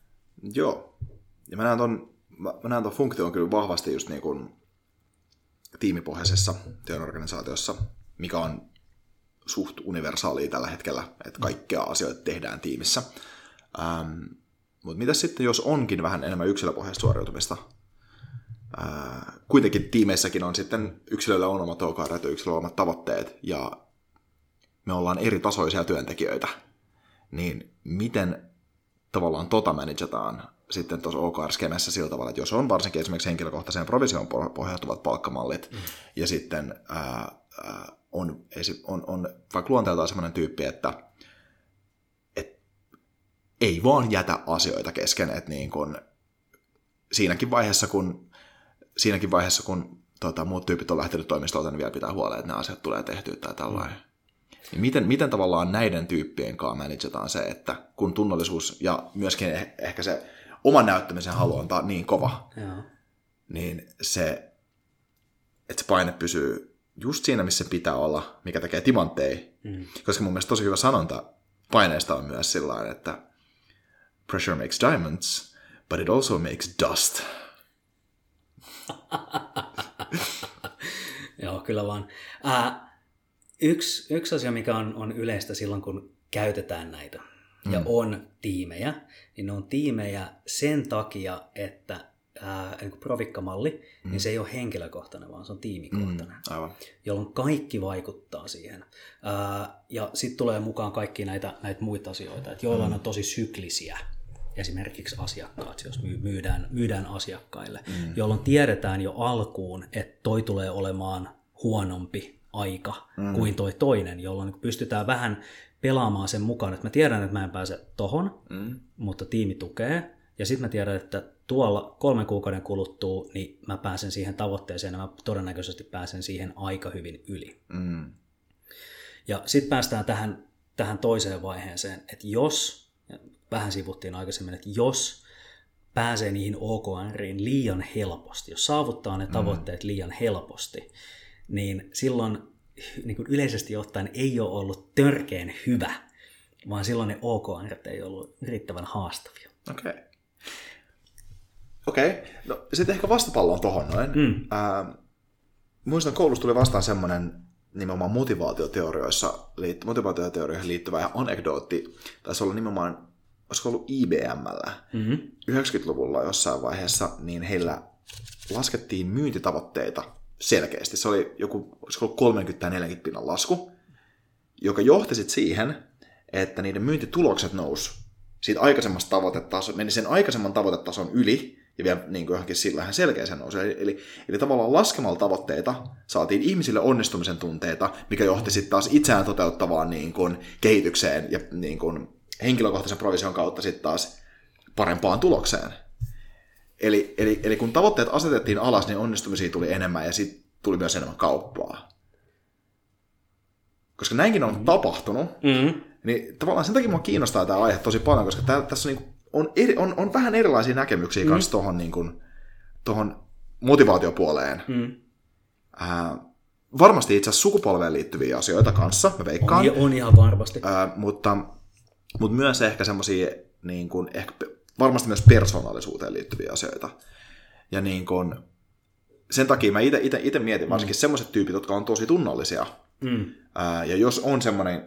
Joo. Ja mä näen ton funktion kyllä vahvasti just niin kuin tiimipohjaisessa työorganisaatiossa, mikä on suht universaalia tällä hetkellä, että kaikkia asioita tehdään tiimissä. Mutta mitä sitten, jos onkin vähän enemmän yksilöpohjaista suoriutumista? Kuitenkin tiimeissäkin on sitten yksilöillä on omat OKR:t ja yksilöillä on omat tavoitteet, ja me ollaan eri tasoisia työntekijöitä, niin miten tavallaan managetaan sitten tuossa OKR-skemessä sillä tavalla, että jos on varsinkin esimerkiksi henkilökohtaiseen provisioon pohjautuvat palkkamallit, ja sitten on vaikka luonteeltaan sellainen tyyppi, että ei vaan jätä asioita kesken, että niin kun siinäkin vaiheessa, kun muut tyypit on lähtenyt toimistolta, niin vielä pitää huolella, että nämä asiat tulee tehtyä tai tällainen. Niin miten tavallaan näiden tyyppien kanssa managetaan se, että kun tunnollisuus ja myöskin ehkä se oman näyttämisen halu on niin kova, niin se, että se paine pysyy just siinä, missä se pitää olla, mikä tekee timantteja. Koska mun mielestä tosi hyvä sanonta paineesta on myös sillain, että pressure makes diamonds, but it also makes dust. Joo, kyllä vaan. Yksi asia, mikä on yleistä silloin, kun käytetään näitä ja on tiimejä, niin ne on tiimejä sen takia, että niin provikkamalli, niin se ei ole henkilökohtainen, vaan se on tiimikohtainen, jolloin kaikki vaikuttaa siihen. Ja sitten tulee mukaan kaikki näitä muita asioita, että joilla on tosi syklisiä, esimerkiksi asiakkaat, jos myydään asiakkaille, jolloin tiedetään jo alkuun, että toi tulee olemaan huonompi aika kuin toi toinen, jolloin pystytään vähän pelaamaan sen mukaan, että mä tiedän, että mä en pääse tohon, mutta tiimi tukee, ja sitten mä tiedän, että tuolla 3 kuukauden kuluttua, niin mä pääsen siihen tavoitteeseen, ja mä todennäköisesti pääsen siihen aika hyvin yli. Ja sitten päästään tähän toiseen vaiheeseen, että jos, vähän sivuttiin aikaisemmin, että jos pääsee niihin OKRiin liian helposti, jos saavuttaa ne tavoitteet liian helposti, niin silloin niin kuin yleisesti ottaen ei ole ollut törkeän hyvä, vaan silloin ne OKRt ei ollut riittävän haastavia. Okei. No sitten ehkä vastapalloon tohon noin. Muistan, koulussa tuli vastaan semmoinen nimenomaan motivaatioteorioihin liittyvä anekdootti. Taisi olla nimenomaan, olisiko ollut IBM:llä 90-luvulla jossain vaiheessa, niin heillä laskettiin myyntitavoitteita selkeästi. Se oli joku 30-40 lasku, joka johti sitten siihen, että niiden myyntitulokset nousi siitä aikaisemmasta tavoitetasosta, meni sen aikaisemman tavoitetason yli, ja vielä niin kuin johonkin sillä selkeäseen nousi. Eli tavallaan laskemalla tavoitteita saatiin ihmisille onnistumisen tunteita, mikä johti sitten taas itseään toteuttavaan niin kuin kehitykseen ja niin kuin henkilökohtaisen provision kautta sitten taas parempaan tulokseen. Eli kun tavoitteet asetettiin alas, niin onnistumisia tuli enemmän ja sitten tuli myös enemmän kauppaa. Koska näinkin on tapahtunut, niin tavallaan sen takia minua kiinnostaa tämä aihe tosi paljon, koska tässä on vähän erilaisia näkemyksiä kanssa tuohon motivaatiopuoleen. Varmasti itse asiassa sukupolveen liittyviä asioita kanssa, mä veikkaan. On ihan varmasti. Mutta myös ehkä semmoisia, niin kuin, ehkä varmasti myös persoonallisuuteen liittyviä asioita. Ja niin kuin, sen takia mä itse mietin varsinkin semmoiset tyypit, jotka on tosi tunnollisia. Ja jos on semmoinen,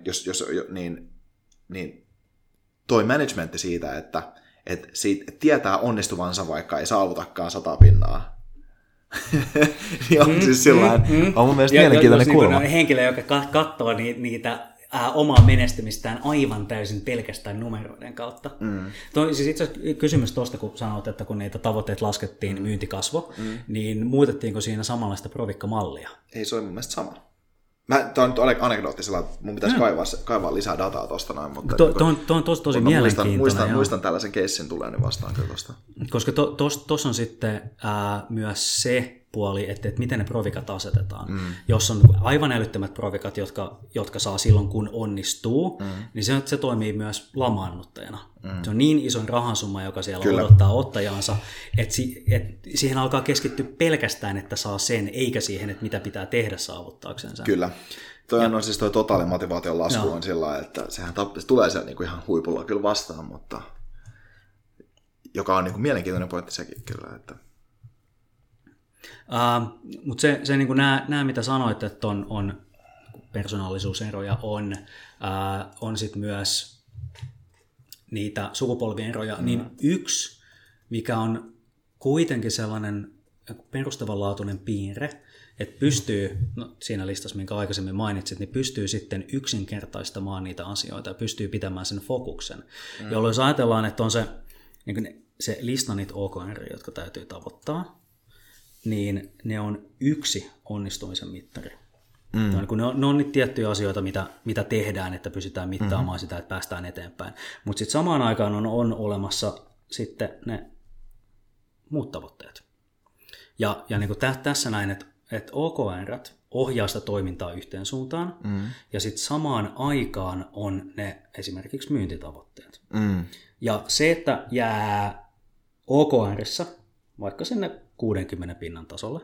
niin toi managementti siitä, että tietää onnistuvansa, vaikka ei saavutakaan 100%. Niin on siis sillain, on mun mielestä mielenkiintoinen kulma. Niin henkilö, joka katsoo niitä omaa menestymistään aivan täysin pelkästään numeroiden kautta. Siis itse asiassa kysymys tuosta, kun sanoit, että kun niitä tavoitteet laskettiin, myynti kasvoi, niin muutettiinko siinä samanlaista provikkamallia? Ei, se oli mun mielestä sama. Tämä on nyt anekdoottisella, mun pitäisi kaivaa lisää dataa tuosta noin, mutta tuo on tosi mielenkiintoinen. Muistan tällaisen keissin tulee, niin vastaan kyllä tuosta. Koska tuossa on sitten myös se puoli, että miten ne provikat asetetaan. Jos on aivan älyttömät provikat, jotka saa silloin, kun onnistuu, niin se toimii myös lamaannuttajana. Se on niin ison rahasumma, joka siellä odottaa ottajaansa, että siihen alkaa keskittyä pelkästään, että saa sen, eikä siihen, että mitä pitää tehdä saavuttaakseen sen. Kyllä. Toihan on siis toi totaalimotivaation lasku on sillä lailla, että se tulee siellä niinku ihan huipulla kyllä vastaan, mutta joka on niinku mielenkiintoinen pointti sekin kyllä, että Mutta se niin nämä, mitä sanoit, että on persoonallisuuseroja, on sitten myös niitä sukupolvieroja, niin yksi, mikä on kuitenkin sellainen perustavanlaatuinen piirre, että pystyy, siinä listassa, minkä aikaisemmin mainitsit, niin pystyy sitten yksinkertaistamaan niitä asioita ja pystyy pitämään sen fokuksen. Jolloin jos ajatellaan, että on se lista niitä OKR, jotka täytyy tavoittaa, niin ne on yksi onnistumisen mittari. Ne on niitä tiettyjä asioita, mitä tehdään, että pysytään mittaamaan sitä, että päästään eteenpäin. Mutta sitten samaan aikaan on olemassa sitten ne muut tavoitteet. Ja niin kuin tässä näin, että OKR:t ohjaa sitä toimintaa yhteen suuntaan, ja sitten samaan aikaan on ne esimerkiksi myyntitavoitteet. Ja se, että jää OKR:ssä vaikka sinne 60 pinnan tasolle,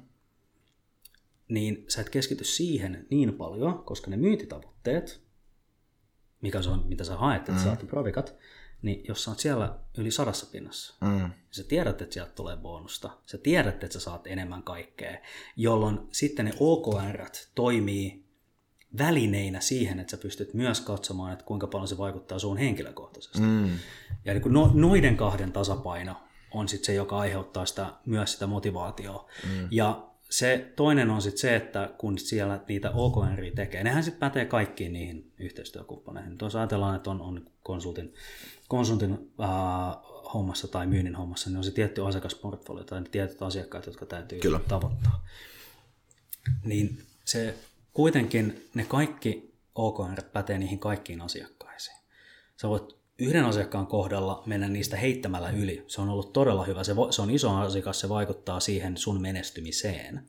niin sä et keskity siihen niin paljon, koska ne myyntitavoitteet, mikä se on, mitä sä haet, että saat provikat, niin jos sä oot siellä yli 100 pinnassa, niin sä tiedät, että sieltä tulee bonusta, sä tiedät, että sä saat enemmän kaikkea, jolloin sitten ne OKR:t toimii välineinä siihen, että sä pystyt myös katsomaan, että kuinka paljon se vaikuttaa suun henkilökohtaisesti. Ja niin noiden kahden tasapaino on sitten se, joka aiheuttaa myös sitä motivaatiota. Ja se toinen on sitten se, että kun siellä niitä OKR:ia tekee, nehän sitten pätee kaikkiin niihin yhteistyökumppaneihin. Jos ajatellaan, että on konsultin hommassa tai myynnin hommassa, niin on se tietty asiakasportfolio tai ne tietyt asiakkaat, jotka täytyy tavoittaa. Niin se kuitenkin ne kaikki OKR pätee niihin kaikkiin asiakkaisiin. Sä voit yhden asiakkaan kohdalla mennä niistä heittämällä yli. Se on ollut todella hyvä. Se on iso asiakas, se vaikuttaa siihen sun menestymiseen.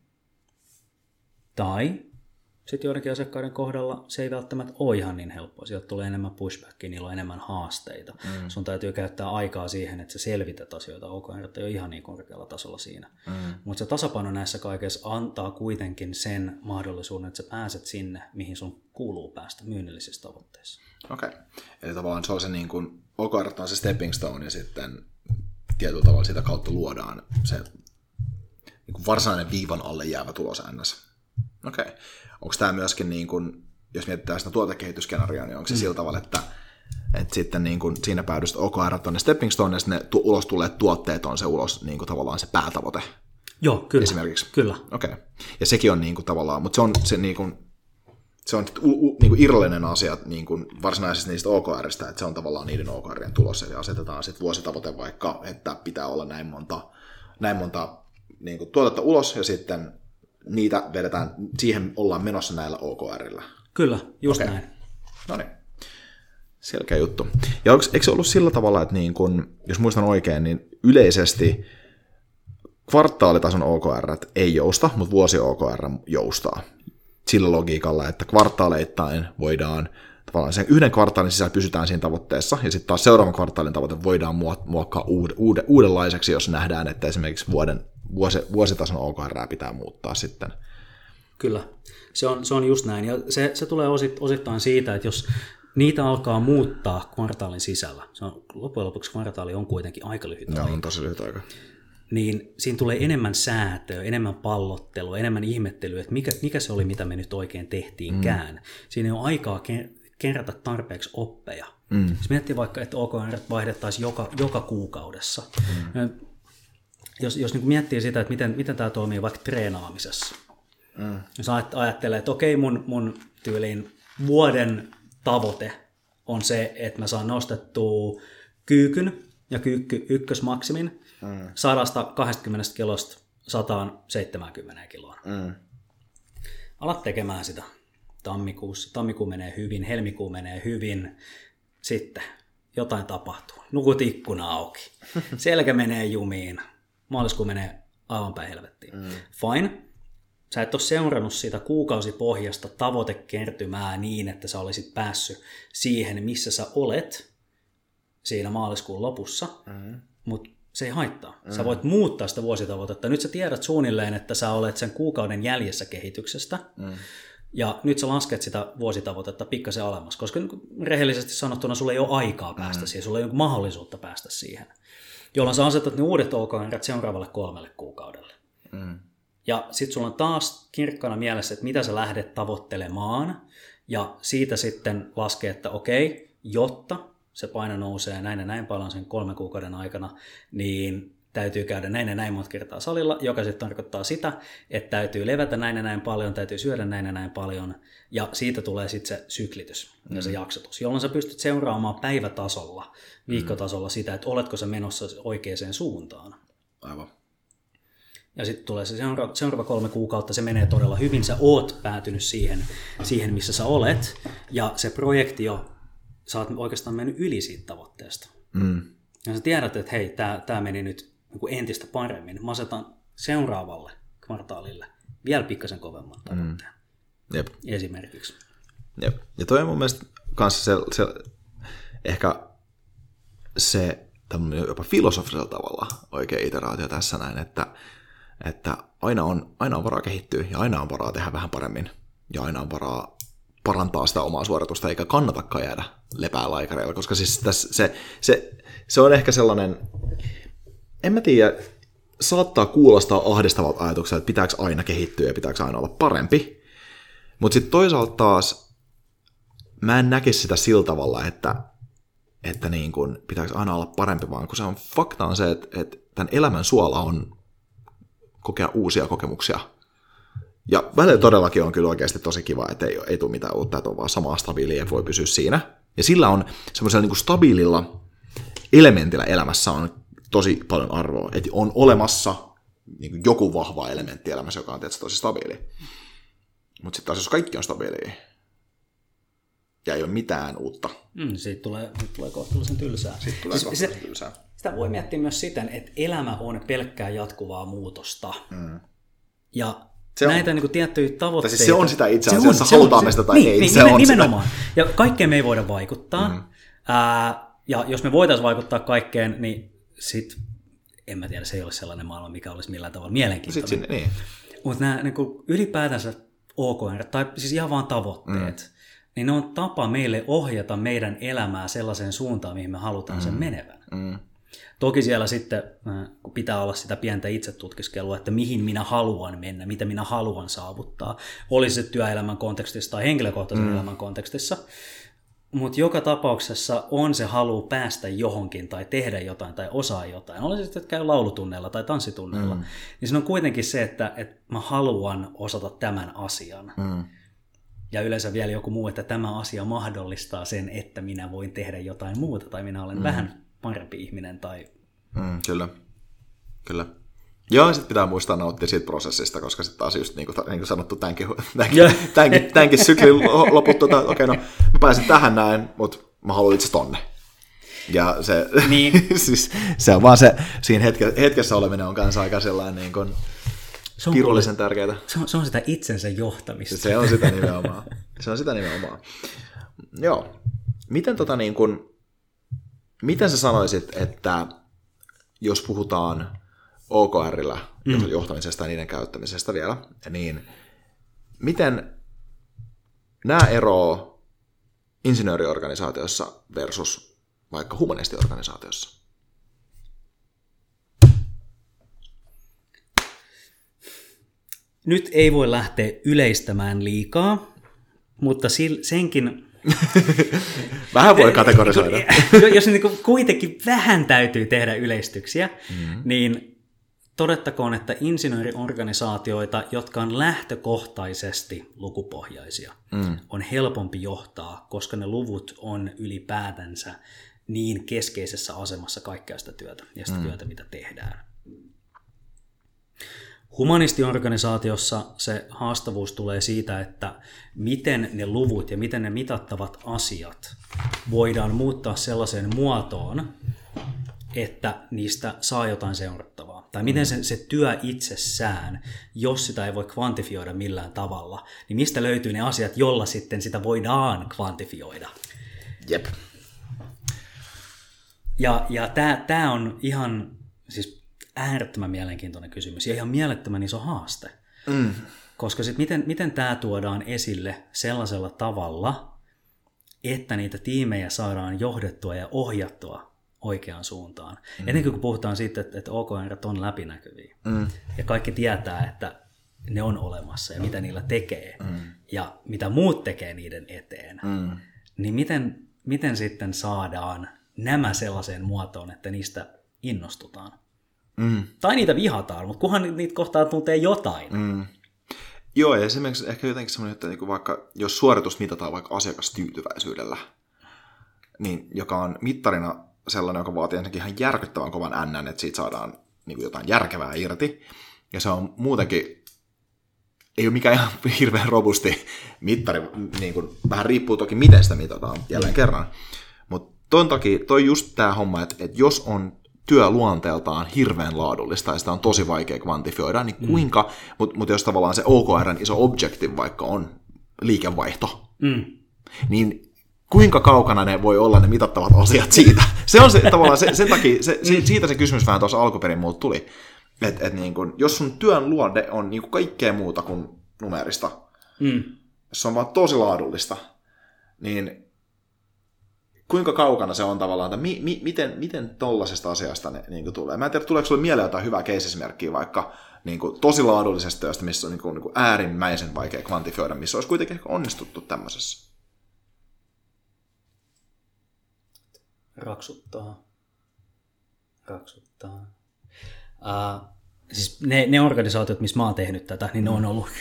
Tai sitten joidenkin asiakkaiden kohdalla se ei välttämättä ole ihan niin helppoa. Sieltä tulee enemmän pushbackia, niillä on enemmän haasteita. Sun täytyy käyttää aikaa siihen, että sä selvität asioita. OKR ei ole ihan niin korkealla tasolla siinä. Mutta se tasapaino näissä kaikessa antaa kuitenkin sen mahdollisuuden, että sä pääset sinne, mihin sun kuuluu päästä myynnillisissä tavoitteissa. Okei. Eli tavallaan se on se niin kuin, OKR on se stepping stone ja sitten tietyllä tavalla sitä kautta luodaan se niin kuin varsinainen viivan alle jäävä tulos ns. Okei. Onko tämä myöskin, niin kuin, jos mietitään sitä tuotekehitysskenaarioa, niin onko se sillä tavalla, että sitten niin kuin siinä päädystä OKR on ne stepping stone ja sitten ne ulos tulleet tuotteet on se ulos niin kuin tavallaan se päätavoite? Joo, kyllä. Esimerkiksi? Kyllä. Okei. Ja sekin on niin kuin tavallaan, mutta se on niin kuin niin kuin irrallinen asia niin kuin varsinaisesti niistä OKRista, että se on tavallaan niiden OKRien tulos, eli asetetaan sitten vuositavoite vaikka, että pitää olla näin monta niin kuin tuotetta ulos, ja sitten niitä vedetään, siihen ollaan menossa näillä OKRilla. Kyllä, just näin. No niin, selkeä juttu. Ja eikö se ollut sillä tavalla, että niin kun, jos muistan oikein, niin yleisesti kvartaalitason OKR ei jousta, mutta vuosi OKR joustaa. Sillä logiikalla, että kvartaaleittain voidaan, tavallaan sen yhden kvartaalin sisällä pysytään siinä tavoitteessa, ja sitten taas seuraavan kvartaalin tavoite voidaan muokkaa uudenlaiseksi, jos nähdään, että esimerkiksi vuositason OKR pitää muuttaa sitten. Kyllä, se on just näin, ja se tulee osittain siitä, että jos niitä alkaa muuttaa kvartaalin sisällä, loppujen lopuksi kvartaali on kuitenkin aika lyhyt aika. Joo, on tosi lyhyt aika. Niin siinä tulee enemmän säätöä, enemmän pallottelua, enemmän ihmettelyä, että mikä se oli, mitä me nyt oikein tehtiinkään. Siinä ei ole aikaa kerätä tarpeeksi oppeja. Jos miettii vaikka, että OKR vaihdettaisiin joka kuukaudessa. Jos niin miettii sitä, että miten tämä toimii vaikka treenaamisessa. Jos ajattelee, että okei, mun tyyliin vuoden tavoite on se, että mä saan nostettua kyykyn ja kyykky ykkösmaksimin 120 kilosta 170 kiloon. Alat tekemään sitä tammikuussa. Tammikuu menee hyvin, helmikuu menee hyvin. Sitten jotain tapahtuu. Nukut ikkuna auki. Selkä menee jumiin. Maaliskuu menee aivan päin helvettiin. Fine. Sä et ole seurannut sitä kuukausipohjasta tavoitekertymää niin, että sä olisit päässyt siihen, missä sä olet siinä maaliskuun lopussa, mutta se ei haittaa. Sä voit muuttaa sitä vuositavoitetta. Nyt sä tiedät suunnilleen, että sä olet sen kuukauden jäljessä kehityksestä, ja nyt sä lasket sitä vuositavoitetta pikkasen alemmas, koska rehellisesti sanottuna sulla ei ole aikaa päästä siihen, sulla ei ole mahdollisuutta päästä siihen, jolloin sä asetat ne uudet OKR seuraavalle 3 kuukaudelle. Ja sitten sulla on taas kirkkana mielessä, että mitä sä lähdet tavoittelemaan, ja siitä sitten laskee, että okei, jotta se paino nousee näin ja näin paljon sen 3 kuukauden aikana, niin täytyy käydä näin ja näin monta kertaa salilla, joka sitten tarkoittaa sitä, että täytyy levätä näin ja näin paljon, täytyy syödä näin ja näin paljon, ja siitä tulee sitten se syklitys ja se jaksotus, jolloin sä pystyt seuraamaan päivätasolla, viikkotasolla sitä, että oletko sä menossa oikeaan suuntaan. Aivan. Ja sitten tulee se seuraava 3 kuukautta, se menee todella hyvin, sä oot päätynyt siihen missä sä olet, ja se projekti jo, sä oot oikeastaan mennyt yli siitä tavoitteesta. Ja sä tiedät, että hei, tää meni nyt entistä paremmin. Mä asetan seuraavalle kvartaalille vielä pikkasen kovemman tavoitteen. Jep. Esimerkiksi. Jep. Ja toi on mun mielestä kanssa se ehkä se tämmöinen jopa filosofisella tavalla oikea iteraatio tässä näin, että aina on varaa kehittyä ja aina on varaa tehdä vähän paremmin ja aina on varaa parantaa sitä omaa suoritusta, eikä kannatakaan jäädä lepää laikareilla, koska siis se on ehkä sellainen, en mä tiedä, saattaa kuulostaa ahdistavalta ajatukselta, että pitääkö aina kehittyä ja pitääkö aina olla parempi, mutta sitten toisaalta taas mä en näkisi sitä sillä tavalla, että niin kun pitääkö aina olla parempi, vaan kun se on fakta on se, että tämän elämän suola on kokea uusia kokemuksia. Ja välillä todellakin on kyllä oikeasti tosi kiva, että ei tule mitään uutta, että on vaan samaa stabiilia ja voi pysyä siinä. Ja sillä on semmoisella niin kuin stabiililla elementillä elämässä on tosi paljon arvoa, että on olemassa niin kuin joku vahva elementti elämässä, joka on tietysti tosi stabiili. Mutta sitten taas jos kaikki on stabiilia ja ei ole mitään uutta. Siitä tulee kohtuullisen tylsää. Sitä voi miettiä myös siten, että elämä on pelkkää jatkuvaa muutosta. Ja näitä niin kuin tiettyjä tavoitteita. Siis se on sitä itse asiassa, halutaan me sitä tai ei. Se on nimenomaan. Sitä. Ja kaikkeen me ei voida vaikuttaa. Ja jos me voitaisiin vaikuttaa kaikkeen, niin sit, en mä tiedä, se ei ole sellainen maailma, mikä olisi millään tavalla mielenkiintoinen. Niin. Mutta nämä niin kuin ylipäätänsä OKR, tai siis ihan vaan tavoitteet, niin ne on tapa meille ohjata meidän elämää sellaiseen suuntaan, mihin me halutaan sen menevän. Toki siellä sitten pitää olla sitä pientä itsetutkiskelua, että mihin minä haluan mennä, mitä minä haluan saavuttaa. Olisi se työelämän kontekstissa tai henkilökohtaisen elämän kontekstissa. Mutta joka tapauksessa on se halu päästä johonkin tai tehdä jotain tai osaa jotain. Oli se sitten, että käy laulutunneilla tai tanssitunneilla. Niin se on kuitenkin se, että mä haluan osata tämän asian. Ja yleensä vielä joku muu, että tämä asia mahdollistaa sen, että minä voin tehdä jotain muuta tai minä olen vähän parempi ihminen. Tai... Kyllä. Joo, sitten pitää muistaa nauttia siitä prosessista, koska sitten taas just niin kuin sanottu, tämänkin syklin loputtu, että okei, no mä pääsin tähän näin, mutta mä haluan itse tonne. Ja se, siis, se on vaan se, siinä hetkessä oleminen on kanssa aika sellainen niin kuin kirullisen tärkeää. Se on sitä itsensä johtamista. Se on sitä nimenomaan. Joo. Miten sä sanoisit, että jos puhutaan OKR:llä johtamisesta ja niiden käyttämisestä vielä, niin miten nämä eroavat insinööriorganisaatiossa versus vaikka humanistiorganisaatiossa? Nyt ei voi lähteä yleistämään liikaa, mutta senkin... Vähän voi kategorisoida. Jos niin kuitenkin vähän täytyy tehdä yleistyksiä, niin todettakoon, että insinööriorganisaatioita, jotka on lähtökohtaisesti lukupohjaisia, on helpompi johtaa, koska ne luvut on ylipäätänsä niin keskeisessä asemassa kaikkea sitä työtä ja sitä työtä, mitä tehdään. Humanistiorganisaatiossa se haastavuus tulee siitä, että miten ne luvut ja miten ne mitattavat asiat voidaan muuttaa sellaiseen muotoon, että niistä saa jotain seurattavaa. Tai miten se työ itsessään, jos sitä ei voi kvantifioida millään tavalla, niin mistä löytyy ne asiat, jolla sitten sitä voidaan kvantifioida. Jep. Ja tämä on ihan siis äärettömän mielenkiintoinen kysymys ja ihan mielettömän iso haaste. Koska sitten miten tämä tuodaan esille sellaisella tavalla, että niitä tiimejä saadaan johdettua ja ohjattua oikeaan suuntaan. Etenkin kun puhutaan siitä, että OKR on läpinäkyviä ja kaikki tietää, että ne on olemassa ja mitä niillä tekee ja mitä muut tekee niiden eteen, niin miten sitten saadaan nämä sellaiseen muotoon, että niistä innostutaan? Tai niitä vihataan, mutta kunhan niitä kohtaa tuntee jotain. Joo, ja esimerkiksi ehkä jotenkin semmoinen, että niin vaikka jos suoritus mitataan vaikka asiakastyytyväisyydellä, niin joka on mittarina sellainen, joka vaatii ensinnäkin ihan järkyttävän kovan NN, että siitä saadaan niin kuin jotain järkevää irti. Ja se on muutenkin, ei ole mikään ihan hirveän robusti mittari, niin kuin, vähän riippuu toki miten sitä mitataan jälleen kerran. Mutta ton takia toi just tämä homma, että jos on työ luonteeltaan hirveän laadullista ja sitä on tosi vaikea kvantifioida, niin kuinka, mutta jos tavallaan se OKR:n iso objective vaikka on liikevaihto, niin kuinka kaukana ne voi olla ne mitattavat asiat siitä? Se on se tavallaan, sen takia, siitä se kysymys vähän tuossa alkuperin muut tuli, että niin kun, jos sun työn luonne on niin kun kaikkea muuta kuin numerista, jos se on vaan tosi laadullista, niin kuinka kaukana se on tavallaan, että miten tollaisesta asiasta ne niin tulee? Mä en tiedä, tuleeko sulle mieleen jotain hyvää case-esimerkkiä vaikka niin kuin, tosi laadullisesta työstä, missä on niin kuin äärimmäisen vaikea kvantifioida, missä olisi kuitenkin ehkä onnistuttu tämmöisessä? Raksuttaa. Siis ne organisaatiot, missä mä oon tehnyt tätä, niin ne on ollut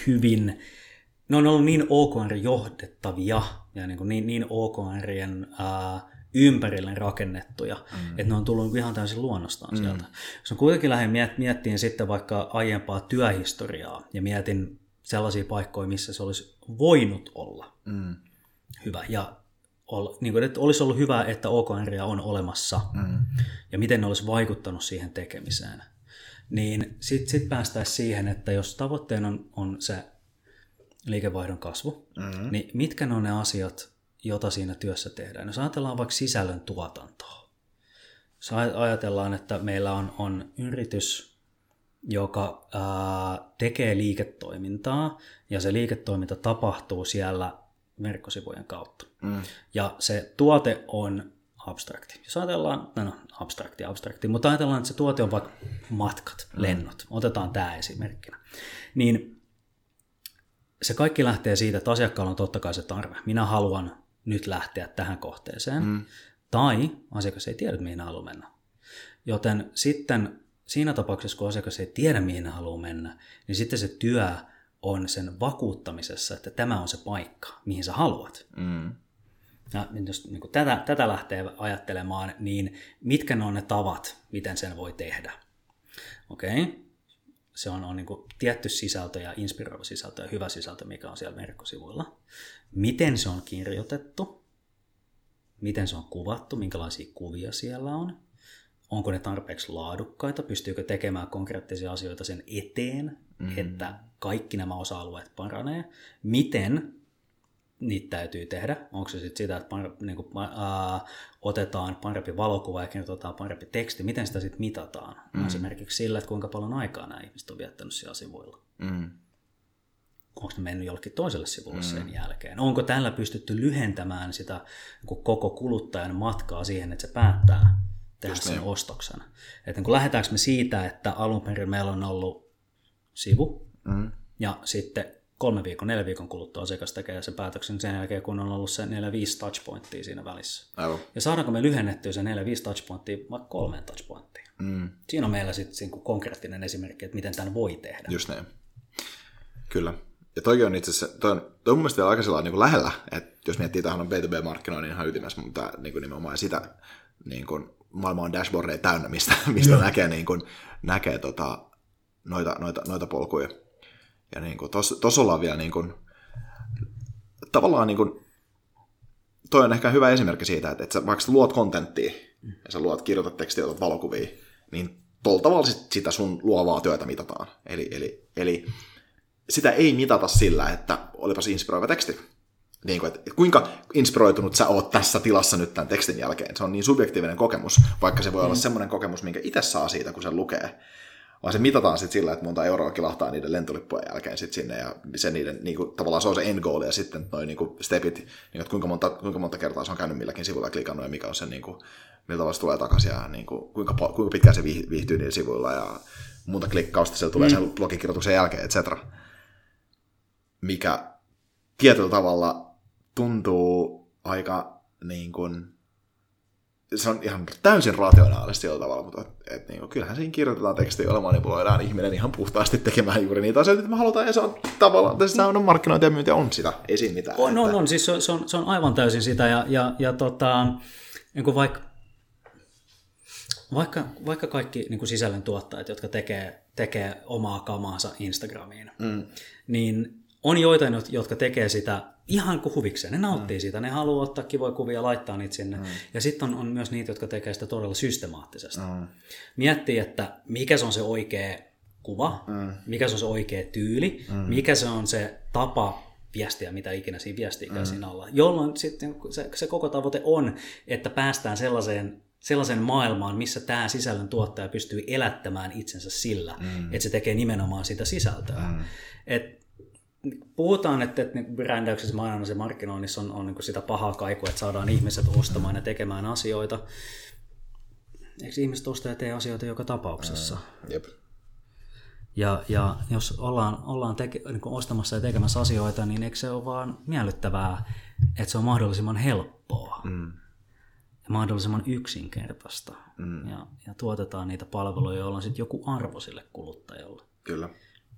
niin OKR-johdettavia ja niin OKRien ympärille rakennettuja, että ne on tullut ihan täysin luonnostaan sieltä. Jos on kuitenkin lähden miettiin sitten vaikka aiempaa työhistoriaa ja mietin sellaisia paikkoja, missä se olisi voinut olla hyvä ja niin kuin, että olisi ollut hyvä, että OKRia on olemassa ja miten ne olisi vaikuttanut siihen tekemiseen, niin sitten päästäisiin siihen, että jos tavoitteena on se liikevaihdon kasvu, niin mitkä ne on ne asiat, joita siinä työssä tehdään? Jos ajatellaan vaikka sisällön tuotantoa, jos ajatellaan, että meillä on yritys, joka tekee liiketoimintaa, ja se liiketoiminta tapahtuu siellä verkkosivujen kautta. Ja se tuote on abstrakti. Jos ajatellaan, abstrakti, mutta ajatellaan, että se tuote on vaikka matkat, lennot. Otetaan tämä esimerkkinä. Niin se kaikki lähtee siitä, että asiakkaalla on totta kai se tarve. Minä haluan nyt lähteä tähän kohteeseen. Tai asiakas ei tiedä, mihin haluaa mennä. Joten sitten siinä tapauksessa, kun asiakas ei tiedä, mihin haluaa mennä, niin sitten se työ on sen vakuuttamisessa, että tämä on se paikka, mihin sä haluat. Ja jos niin kuin tätä lähtee ajattelemaan, niin mitkä ne on ne tavat, miten sen voi tehdä? Okei. Se on niin kuin tietty sisältö ja inspiroiva sisältö ja hyvä sisältö, mikä on siellä verkkosivuilla. Miten se on kirjoitettu? Miten se on kuvattu? Minkälaisia kuvia siellä on? Onko ne tarpeeksi laadukkaita? Pystyykö tekemään konkreettisia asioita sen eteen, että kaikki nämä osa-alueet paranee? Miten niitä täytyy tehdä? Onko se sitten sitä, että otetaan parempi valokuva ja kirjoitetaan parempi teksti? Miten sitä sitten mitataan? Esimerkiksi sillä, että kuinka paljon aikaa nämä ihmiset on viettänyt siellä sivuilla. Onko ne mennyt jollekin toiselle sivulle sen jälkeen? Onko tällä pystytty lyhentämään sitä koko kuluttajan matkaa siihen, että se päättää tehdä sen ostoksen? Että kun lähdetäänkö me siitä, että alun perin meillä on ollut sivu ja sitten 4 viikon kuluttua asiakas tekee sen päätöksen sen jälkeen, kun on ollut se 4-5 touchpointtia siinä välissä. Aivan. Ja saadaanko me lyhennettyä se 4-5 touchpointtia vaikka 3 touchpointtia? Siinä on meillä sitten konkreettinen esimerkki, että miten tämän voi tehdä. Just näin. Kyllä. Ja toi on itse asiassa, toi on mun mielestä vielä aika sellainen niin lähellä, että jos miettii tähän on B2B-markkinoinnin ihan ytimessä, mutta niin nimenomaan sitä niin kuin, maailma on dashboardeja täynnä, mistä näkee noita polkuja. Ja niin kuin, tossa ollaan vielä niin kuin, tavallaan niin kuin, toi on ehkä hyvä esimerkki siitä, että sä, vaikka sä luot kontenttia ja sä kirjoitat tekstiä, otat valokuvia, niin tuolla tavalla sitä sun luovaa työtä mitataan. Eli sitä ei mitata sillä, että olipas inspiroiva teksti. Niin kuin, että kuinka inspiroitunut sä oot tässä tilassa nyt tämän tekstin jälkeen. Se on niin subjektiivinen kokemus, vaikka se voi olla semmoinen kokemus, minkä itse saa siitä, kun sen lukee. vaan se mitataan sitten sillä, että monta euroa kilahtaa niiden lentolippujen jälkeen sitten sinne, ja se niiden, niin kuin, tavallaan se on se end goal, ja sitten noin niin kuin stepit, niin kuin, että kuinka monta kertaa se on käynyt milläkin sivulla ja klikannut, ja mikä on se, niin kuin, miltä tavalla se tulee takaisin, ja niin kuin, kuinka pitkään se viihtyy niillä sivuilla, ja monta klikkausta siellä tulee sen blogikirjoituksen jälkeen, etc. Mikä tietyllä tavalla tuntuu aika niin kuin, se on ihan täysin rationaalista sillä tavalla, mutta niin kuin, kyllähän siinä kirjoitetaan tekstiä, jolla manipuloidaan ihminen ihan puhtaasti tekemään juuri niitä asioita, mitä me halutaan, ja se on tavallaan, se on markkinointi ja myynti, on sitä, ei siinä mitään. On, siis se on aivan täysin sitä, ja niin kuin vaikka kaikki niin kuin sisällöntuottajat, jotka tekee omaa kamaansa Instagramiin, niin on joitain, jotka tekee sitä ihan kuin huvikseen. Ne nauttii siitä, ne haluaa ottaa kivoja kuvia ja laittaa niitä sinne. Ja sitten on myös niitä, jotka tekee sitä todella systemaattisesti. Miettii, että mikä se on se oikea kuva, mikä se on se oikea tyyli, mikä se on se tapa viestiä, mitä ikinä siinä viestiikään siinä alla. Jolloin sitten se koko tavoite on, että päästään sellaiseen maailmaan, missä tämä sisällöntuottaja pystyy elättämään itsensä sillä, että se tekee nimenomaan sitä sisältöä. Puhutaan, että brändäyksessä, mainonnassa ja markkinoinnissa on niin kuin sitä pahaa kaikua, että saadaan ihmiset ostamaan ja tekemään asioita. Eikö ihmiset osta ja tee asioita joka tapauksessa? Jep. Ja jos ollaan niin kuin ostamassa ja tekemässä asioita, niin eikö se ole vaan miellyttävää, että se on mahdollisimman helppoa ja mahdollisimman yksinkertaista. Ja tuotetaan niitä palveluja, joilla on sitten joku arvo sille kuluttajalle. Kyllä.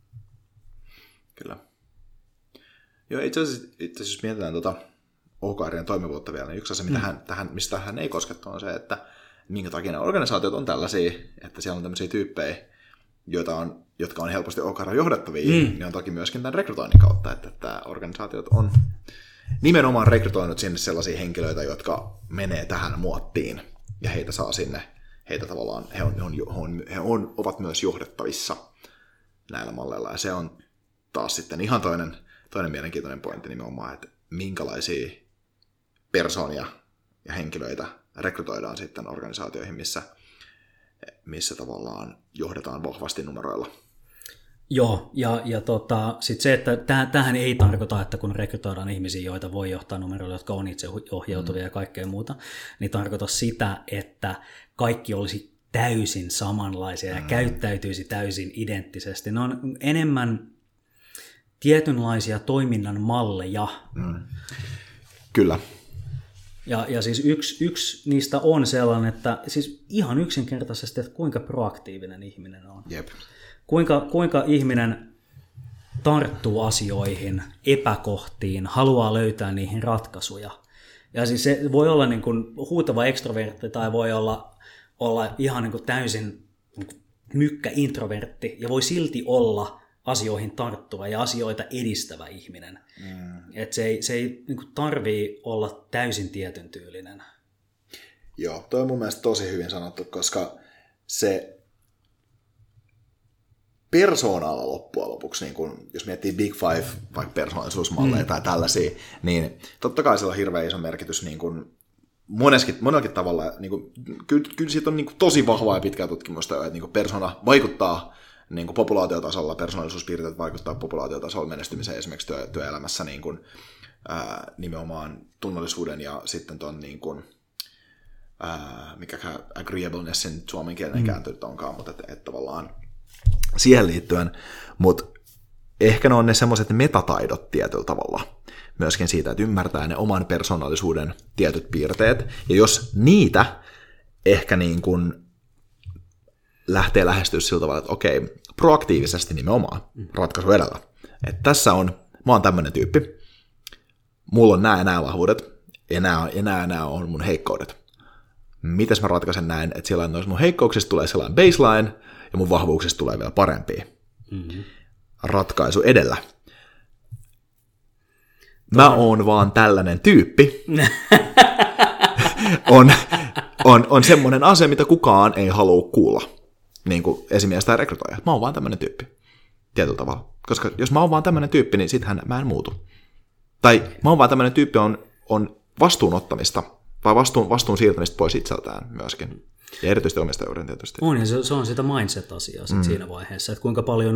Joo, itse asiassa jos mietitään OKR:n toimivuutta vielä, niin yksi asia, mistä hän ei koskettu, on se, että minkä takia nämä organisaatiot on tällaisia, että siellä on tämmöisiä tyyppejä, jotka on helposti OKR:n johdettavia, niin on toki myöskin tämän rekrytoinnin kautta, että tämä organisaatiot on nimenomaan rekrytoinut sinne sellaisia henkilöitä, jotka menee tähän muottiin, ja heitä saa sinne, heitä tavallaan, he ovat myös johdettavissa näillä malleilla, ja se on taas sitten ihan toinen mielenkiintoinen pointti nimenomaan, että minkälaisia persoonia ja henkilöitä rekrytoidaan sitten organisaatioihin, missä tavallaan johdetaan vahvasti numeroilla. Joo, ja sitten se, että tämähän ei tarkoita, että kun rekrytoidaan ihmisiä, joita voi johtaa numeroilla, jotka on itse ohjautuvia ja kaikkea muuta, niin tarkoita sitä, että kaikki olisi täysin samanlaisia ja käyttäytyisi täysin identtisesti. Ne on enemmän tietynlaisia toiminnan malleja. Kyllä. Ja siis yksi niistä on sellainen, että siis ihan yksinkertaisesti, että kuinka proaktiivinen ihminen on. Jep. Kuinka ihminen tarttuu asioihin, epäkohtiin, haluaa löytää niihin ratkaisuja. Ja siis se voi olla niin kuin huutava ekstrovertti tai voi olla ihan niin kuin täysin niin kuin mykkä introvertti ja voi silti olla asioihin tarttuva ja asioita edistävä ihminen. Että se ei niin kuin tarvii olla täysin tietyn tyylinen. Joo, toi on mun mielestä tosi hyvin sanottu, koska se persoonalla loppujen lopuksi, niin kun, jos miettii Big Five, vaikka persoonallisuusmalleja tai tällaisia, niin totta kai sillä on hirveän iso merkitys niin kun monellakin tavalla. Niin kun, kyllä siitä on niin kun tosi vahvaa ja pitkää tutkimusta, että niin kun persona vaikuttaa niin kun populaatiotasolla, persoonallisuuspiirteet vaikuttaa populaatiotasolla menestymiseen esimerkiksi työelämässä niin kun, nimenomaan tunnollisuuden ja sitten tuon niin kun, mikäkään agreeablenessin suomenkielinen kääntö onkaan, mutta että tavallaan siihen liittyen, mutta ehkä ne on ne semmoiset metataidot tietyllä tavalla myöskin siitä, että ymmärtää ne oman persoonallisuuden tietyt piirteet, ja jos niitä ehkä niin kuin lähtee lähestyä sillä tavalla, että okei, proaktiivisesti nimenomaan ratkaisu edellä, että tässä on, mä oon tämmöinen tyyppi, mulla on nämä vahvuudet, ja nämä on mun heikkoudet. Mitäs mä ratkaisen näin, että siellä noissa mun heikkouksista tulee sellainen baseline, ja mun vahvuuksista tulee vielä parempia. Ratkaisu edellä. Mä oon vaan tällainen tyyppi. on semmoinen asia, mitä kukaan ei halua kuulla. Niin kuin esimies tai rekrytoija. Mä oon vaan tämmöinen tyyppi. Tietyllä tavalla. Koska jos mä oon vaan tämmöinen tyyppi, niin sittenhän mä en muutu. Tai mä oon vaan tämmöinen tyyppi on vastuun ottamista, vai vastuun siirtämistä pois itseltään myöskin. Ja erityisesti omistajuuden tietysti. On, ja se on sitä mindset-asiaa siinä vaiheessa, että kuinka paljon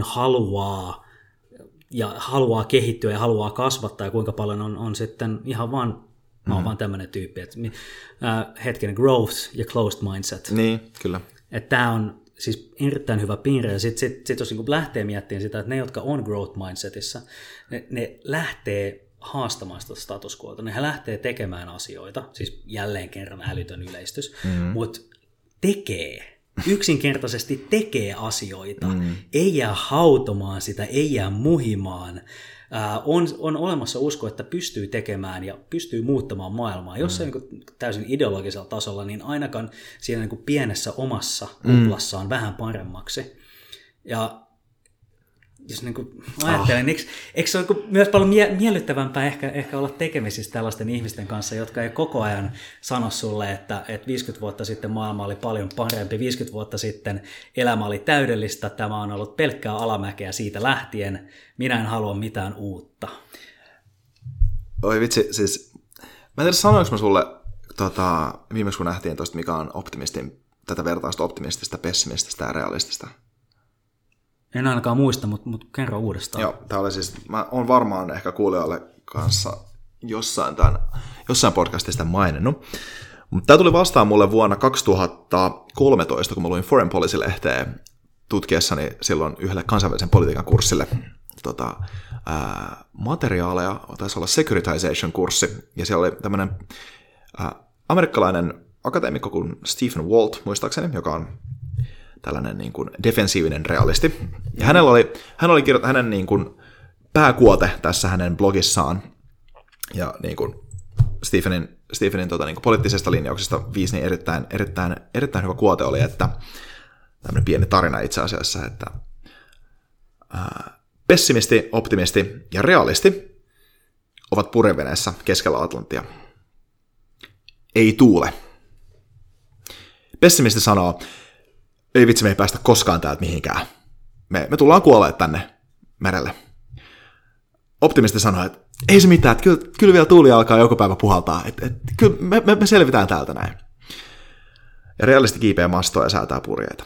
haluaa kehittyä ja haluaa kasvattaa, ja kuinka paljon on sitten ihan vaan, mä oon vaan tämmöinen tyyppi, että hetkinen, growth ja closed mindset. Niin, kyllä. Että tämä on siis erittäin hyvä piirre, ja sitten jos niin lähtee miettimään sitä, että ne, jotka on growth mindsetissa, ne lähtee haastamaan sitä status quota, ne lähtee tekemään asioita, siis jälleen kerran älytön yleistys, mutta yksinkertaisesti tekee asioita, ei jää hautomaan sitä, ei jää muhimaan, on olemassa usko, että pystyy tekemään ja pystyy muuttamaan maailmaa. Jos se niin täysin ideologisella tasolla, niin ainakaan siinä niin pienessä omassa kuplassaan vähän paremmaksi. Ja jos niin ajattelen, eikö se ole myös paljon miellyttävämpää ehkä olla tekemisissä tällaisten ihmisten kanssa, jotka ei koko ajan sano sulle, että 50 vuotta sitten maailma oli paljon parempi, 50 vuotta sitten elämä oli täydellistä, tämä on ollut pelkkää alamäkeä siitä lähtien, minä en halua mitään uutta. Oi vitsi, siis mä en tiedä sanoinko mä sulle viimeksi kun nähtiin tuosta, mikä on tätä vertausta optimistista, pessimististä ja realistista. En ainakaan muista, mutta kerro uudestaan. Joo, tää oli siis, mä oon varmaan ehkä kuulijoille kanssa jossain podcastista maininnut. Mutta tää tuli vastaan mulle vuonna 2013, kun mä luin Foreign Policy-lehteä tutkiessani silloin yhdelle kansainvälisen politiikan kurssille materiaaleja, taisi olla securitization-kurssi, ja siellä oli tämmönen amerikkalainen akateemikko kuin Stephen Walt, muistaakseni, joka on tällainen niin kuin defensiivinen realisti. Ja hän oli kirjoittanut hänen niin kuin pääkuote tässä hänen blogissaan, ja niin kuin Stephenin niin kuin poliittisesta linjauksesta 5, niin erittäin hyvä kuote oli, että tämmöinen pieni tarina itse asiassa, että pessimisti, optimisti ja realisti ovat purjeveneessä keskellä Atlanttia. Ei tuule. Pessimisti sanoo, ei vitsi, me ei päästä koskaan täältä mihinkään. Me tullaan kuolleet tänne merelle. Optimisti sanoo, että ei se mitään, että kyllä vielä tuuli alkaa joku päivä puhaltaa, että kyllä me selvitään täältä näin. Ja realisti kiipeää mastoa ja säätää purjeita.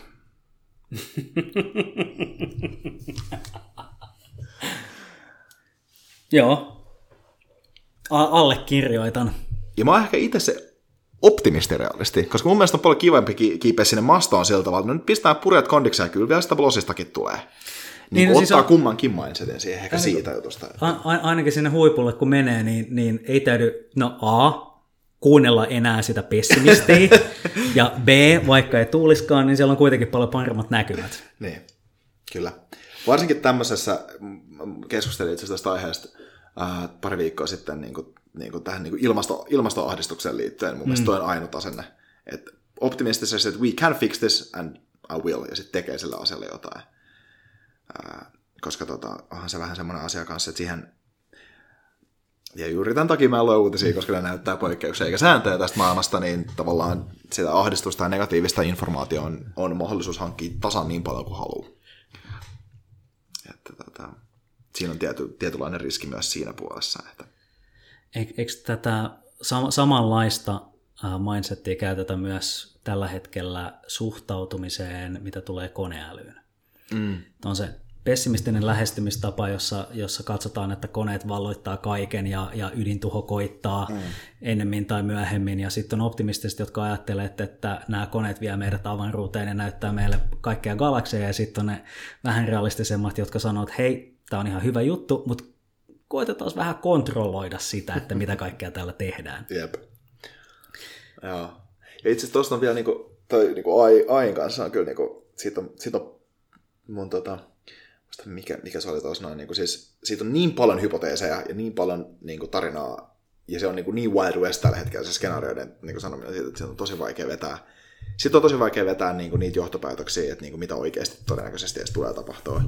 Joo. Allekirjoitan. Ja mä oon ehkä itse se optimistirealisti, koska mun mielestä on paljon kivempi kiipeä sinne mastoon sillä tavalla, että nyt pistää purjeet kondikseen ja kyllä vielä sitä blosistakin tulee. Niin ottaa siis kummankin mindsetin siihen ehkä siitä jutusta. Ainakin sinne huipulle kun menee, niin ei täydy, kuunnella enää sitä pessimistiä, ja B, vaikka ei tuuliskaan, niin siellä on kuitenkin paljon paremmat näkymät. Niin, kyllä. Varsinkin tämmöisessä, keskustelin itse asiassa tästä aiheesta pari viikkoa sitten niin kuin tähän niin kuin ilmastoahdistukseen liittyen, mun mielestä toi on ainut asenne, että optimistisesti, että we can fix this and I will, ja sitten tekee sillä asialle jotain. Koska onhan se vähän semmoinen asia kanssa, että siihen, ja juuri tämän takia mä en lue uutisia, koska ne näyttää poikkeuksia eikä sääntöjä tästä maailmasta, niin tavallaan sitä ahdistusta ja negatiivista informaatiota on mahdollisuus hankkia tasan niin paljon kuin haluaa. Että siinä on tietynlainen riski myös siinä puolessa. Että eikö tätä samanlaista mindsettiä käytetä myös tällä hetkellä suhtautumiseen, mitä tulee koneälyyn? On se pessimistinen lähestymistapa, jossa katsotaan, että koneet valloittaa kaiken ja ydintuho koittaa ennemmin tai myöhemmin, ja sitten on optimistiset, jotka ajattelee, että nämä koneet vie meidät avaruuteen ja näyttää meille kaikkea galakseja, ja sitten on ne vähän realistisemmat, jotka sanoo, että hei, tämä on ihan hyvä juttu, mutta koitetaan vähän kontrolloida sitä, että mitä kaikkea täällä tehdään. Jep. Joo. Ja itse asiassa tuosta on vielä AIn kanssa on kyllä siitä on mun mikä se oli tuossa noin, siis siitä on niin paljon hypoteeseja ja niin paljon tarinaa, ja se on niin Wild West tällä hetkellä se skenaarioiden sanominen, että siitä on tosi vaikea vetää. Sitten on tosi vaikea vetää niitä johtopäätöksiä, että mitä oikeasti todennäköisesti edes tulee tapahtua.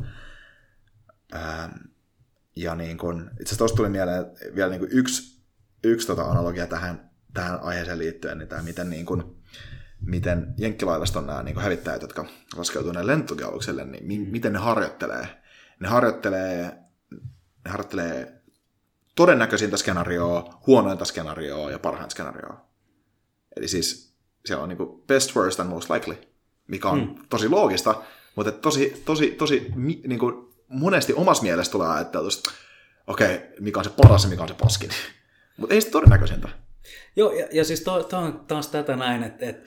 Ja itse asiassa tuosta tuli mieleen vielä yksi analogia tähän aiheeseen liittyen, niin tämä miten jenkkilaivasta on nämä hävittäjät, jotka laskeutuu ne lentotukialukselle, niin miten ne harjoittelee. Ne harjoittelee todennäköisintä skenaarioa, huonointa skenaarioa ja parhainta skenaarioa. Eli siis siellä on niin kuin best, worst and most likely, mikä on tosi loogista, mutta tosi niin kuin monesti omassa mielessä tulee ajattelua, että okei, mikä on se paras ja mikä on se paskin. Mutta ei sitä todennäköisintä. Joo, ja siis tämä on taas tätä näin, että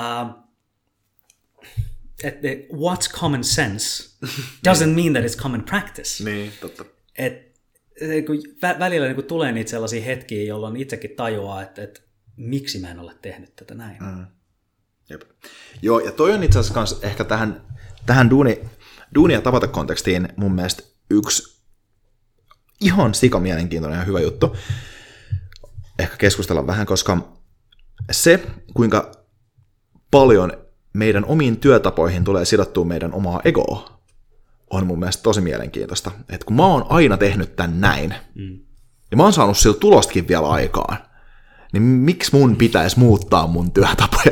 what's common sense doesn't mean that it's common practice. Niin, totta. Välillä niin tulee niitä sellaisia hetkiä, jolloin itsekin tajuaa, että miksi mä en ole tehnyt tätä näin. Jep. Joo, ja toi on itse asiassa kans ehkä tähän duuni- ja tavoitekontekstiin mun mielestä yksi ihan sikamielenkiintoinen ja hyvä juttu. Ehkä keskustella vähän, koska se, kuinka paljon meidän omiin työtapoihin tulee sidottua meidän omaa egoa, on mun mielestä tosi mielenkiintoista. Että kun mä oon aina tehnyt tän näin, ja mä oon saanut sillä tulostakin vielä aikaan, niin miksi mun pitäisi muuttaa mun työtapoja?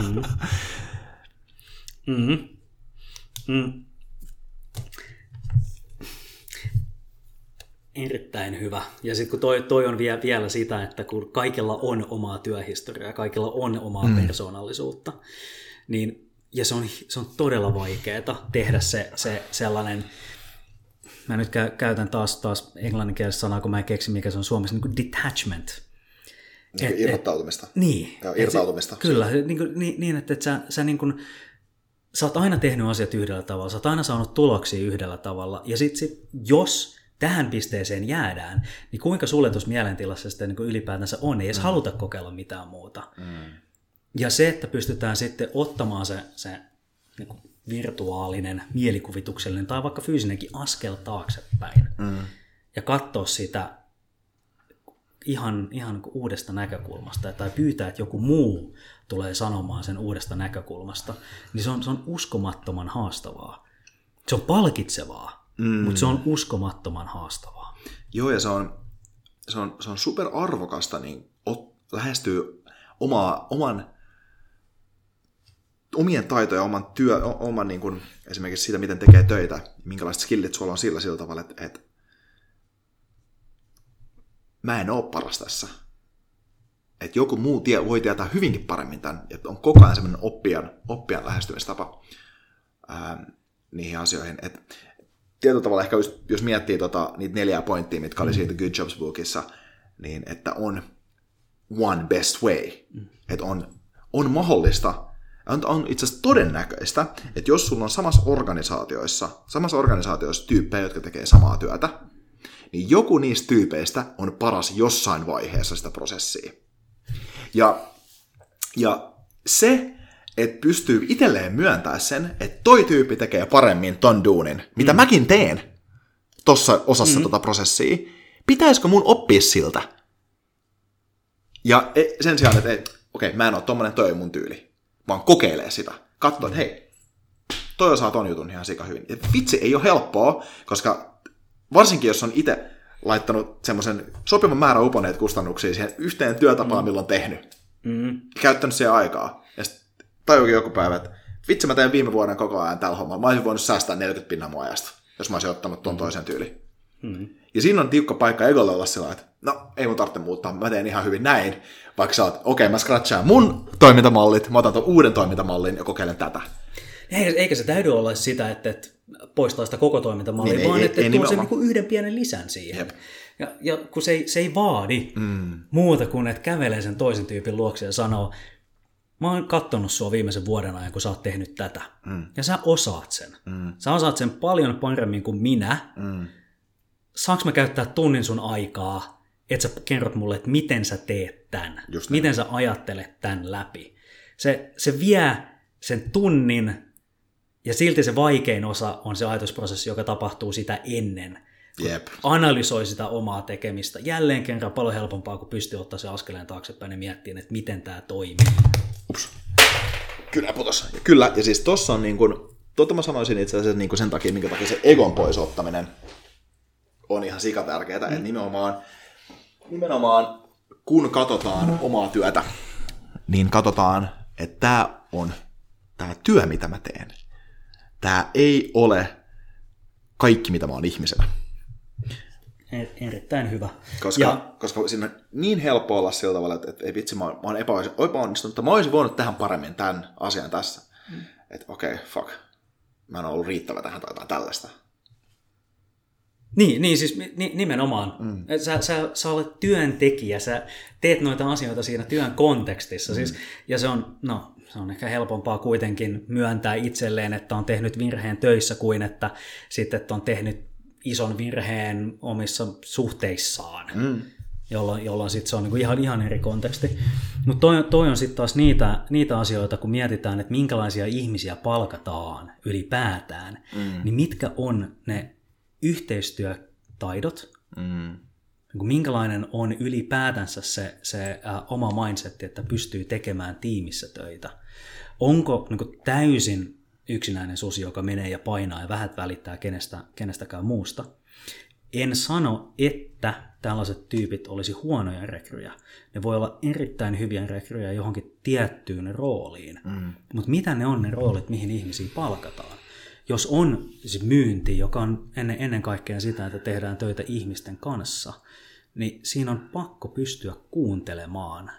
Erittäin hyvä. Ja sitten kun toi on vielä sitä, että kun kaikilla on omaa työhistoriaa, kaikilla on omaa persoonallisuutta, niin, ja se on todella vaikeaa tehdä se sellainen, mä nyt käytän taas englanninkielistä sanaa, kun mä en keksi, mikä se on suomessa, niin kuin detachment. Irrottautumista. Niin. Irtautumista. Kyllä, niin että sä niin kuin, sä oot aina tehnyt asiat yhdellä tavalla, sä oot aina saanut tuloksia yhdellä tavalla, ja sitten jos tähän pisteeseen jäädään, niin kuinka suljetus mielentilassa sitten niin ylipäätänsä on, ei edes haluta kokeilla mitään muuta. Ja se, että pystytään sitten ottamaan se niin kuin virtuaalinen, mielikuvituksellinen tai vaikka fyysinenkin askel taaksepäin ja katsoa sitä ihan niin kuin uudesta näkökulmasta tai pyytää, että joku muu tulee sanomaan sen uudesta näkökulmasta, niin se on uskomattoman haastavaa. Se on palkitsevaa, mutta se on uskomattoman haastavaa. Joo, ja se on super arvokasta niin lähestyy omien taitoja, oman niin kuin, esimerkiksi sitä, miten tekee töitä, minkälaiset skillit sulla on sillä tavalla, että mä en ole paras tässä. Että joku muu voi tietää hyvinkin paremmin tämän, että on koko ajan semmoinen oppijan lähestymistapa niihin asioihin. Et tietyllä tavalla ehkä jos miettii niitä 4 pointtia, mitkä oli siitä Good Jobs-bookissa, niin että on one best way. Että on mahdollista, on itse asiassa todennäköistä, että jos sulla on samassa organisaatioissa tyyppejä, jotka tekee samaa työtä, niin joku niistä tyypeistä on paras jossain vaiheessa sitä prosessia. Ja se, että pystyy itselleen myöntämään sen, että toi tyyppi tekee paremmin ton duunin, mitä mäkin teen tuossa osassa tota prosessia, pitäisikö mun oppia siltä? Ja sen sijaan, että okei, mä en ole tommonen, toi mun tyyli, vaan kokeilee sitä. Katso, että hei, toi osaa ton jutun ihan sika hyvin. Ja vitsi, ei ole helppoa, koska varsinkin jos on itse laittanut semmoisen sopivan määrän uponeet kustannuksia siihen yhteen työtapaan, milloin on tehnyt. Käyttänyt siihen aikaa. Ja sitten tajuukin joku päivä, että vitsi, mä teen viime vuoden koko ajan tällä hommalla. Mä olisin voinut säästää 40% mun ajasta, jos mä olisin ottanut tuon toisen tyyliin. Ja siinä on tiukka paikka egolle olla sillä, että no, ei mun tarvitse muuttaa, mä teen ihan hyvin näin. Vaikka sä oot, okei, mä scratchaan mun toimintamallit, mä otan tuon uuden toimintamallin ja kokeilen tätä. Eikä se täydy olla sitä, että poistaa sitä koko toimintamallia, niin, vaan että tuo sen niin yhden pienen lisän siihen. Jep. Ja kun se ei vaadi muuta kuin, että kävelee sen toisen tyypin luokse ja sanoo, mä oon katsonut sua viimeisen vuoden ajan, kun sä oot tehnyt tätä. Ja sä osaat sen. Sä osaat sen paljon paremmin kuin minä. Saanko mä käyttää tunnin sun aikaa, että sä kerrot mulle, että miten sä teet tän? Miten sä ajattelet tän läpi? Se vie sen tunnin, ja silti se vaikein osa on se ajatusprosessi, joka tapahtuu sitä ennen. Jep. Analysoi sitä omaa tekemistä. Jälleen kerran paljon helpompaa, kun pystyy ottaa se askeleen taaksepäin ja miettiä, että miten tämä toimii. Ups. Kyllä putos. Kyllä, ja siis tossa on niin kuin, mä sanoisin itse asiassa niin kuin sen takia, minkä takia se egon pois ottaminen on ihan sikatärkeää, että nimenomaan kun katsotaan omaa työtä, niin katsotaan, että tämä on tämä työ, mitä mä teen. Tämä ei ole kaikki, mitä mä oon ihmisenä. erittäin hyvä. Koska siinä on niin helppo olla sillä tavalla, että ei vitsi, mä oon epäonnistunut, mutta mä olisin voinut tehdä paremmin tämän asian tässä. Että okei, fuck, mä en ole ollut riittävä tähän tai jotain tällaista. Niin siis nimenomaan. Sä olet työntekijä, sä teet noita asioita siinä työn kontekstissa. Siis, ja se on ehkä helpompaa kuitenkin myöntää itselleen, että on tehnyt virheen töissä kuin että sitten että on tehnyt ison virheen omissa suhteissaan, jolloin sitten se on niinku ihan eri konteksti. Mutta toi on sitten taas niitä asioita, kun mietitään, että minkälaisia ihmisiä palkataan ylipäätään, niin mitkä on ne yhteistyötaidot, minkälainen on ylipäätänsä se oma mindset, että pystyy tekemään tiimissä töitä. Onko niin täysin yksinäinen susi, joka menee ja painaa ja vähät välittää kenestäkään muusta? En sano, että tällaiset tyypit olisi huonoja rekryjä. Ne voi olla erittäin hyviä rekryjä johonkin tiettyyn rooliin. Mutta mitä ne on ne roolit, mihin ihmisiä palkataan? Jos on se myynti, joka on ennen kaikkea sitä, että tehdään töitä ihmisten kanssa, niin siinä on pakko pystyä kuuntelemaan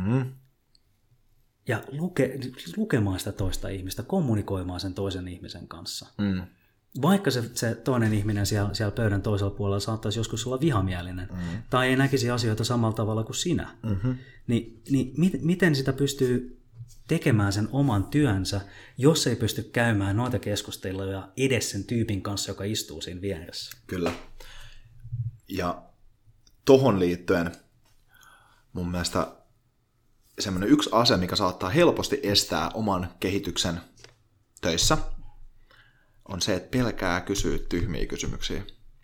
ja lukemaan sitä toista ihmistä, kommunikoimaan sen toisen ihmisen kanssa. Vaikka se toinen ihminen siellä pöydän toisella puolella saattaisi joskus olla vihamielinen tai ei näkisi asioita samalla tavalla kuin sinä, niin miten sitä pystyy tekemään sen oman työnsä, jos ei pysty käymään noita keskusteluja edes sen tyypin kanssa, joka istuu siinä vieressä. Kyllä. Ja tohon liittyen mun mielestä semmoinen yksi ase, mikä saattaa helposti estää oman kehityksen töissä, on se, että pelkää kysyä tyhmiä kysymyksiä.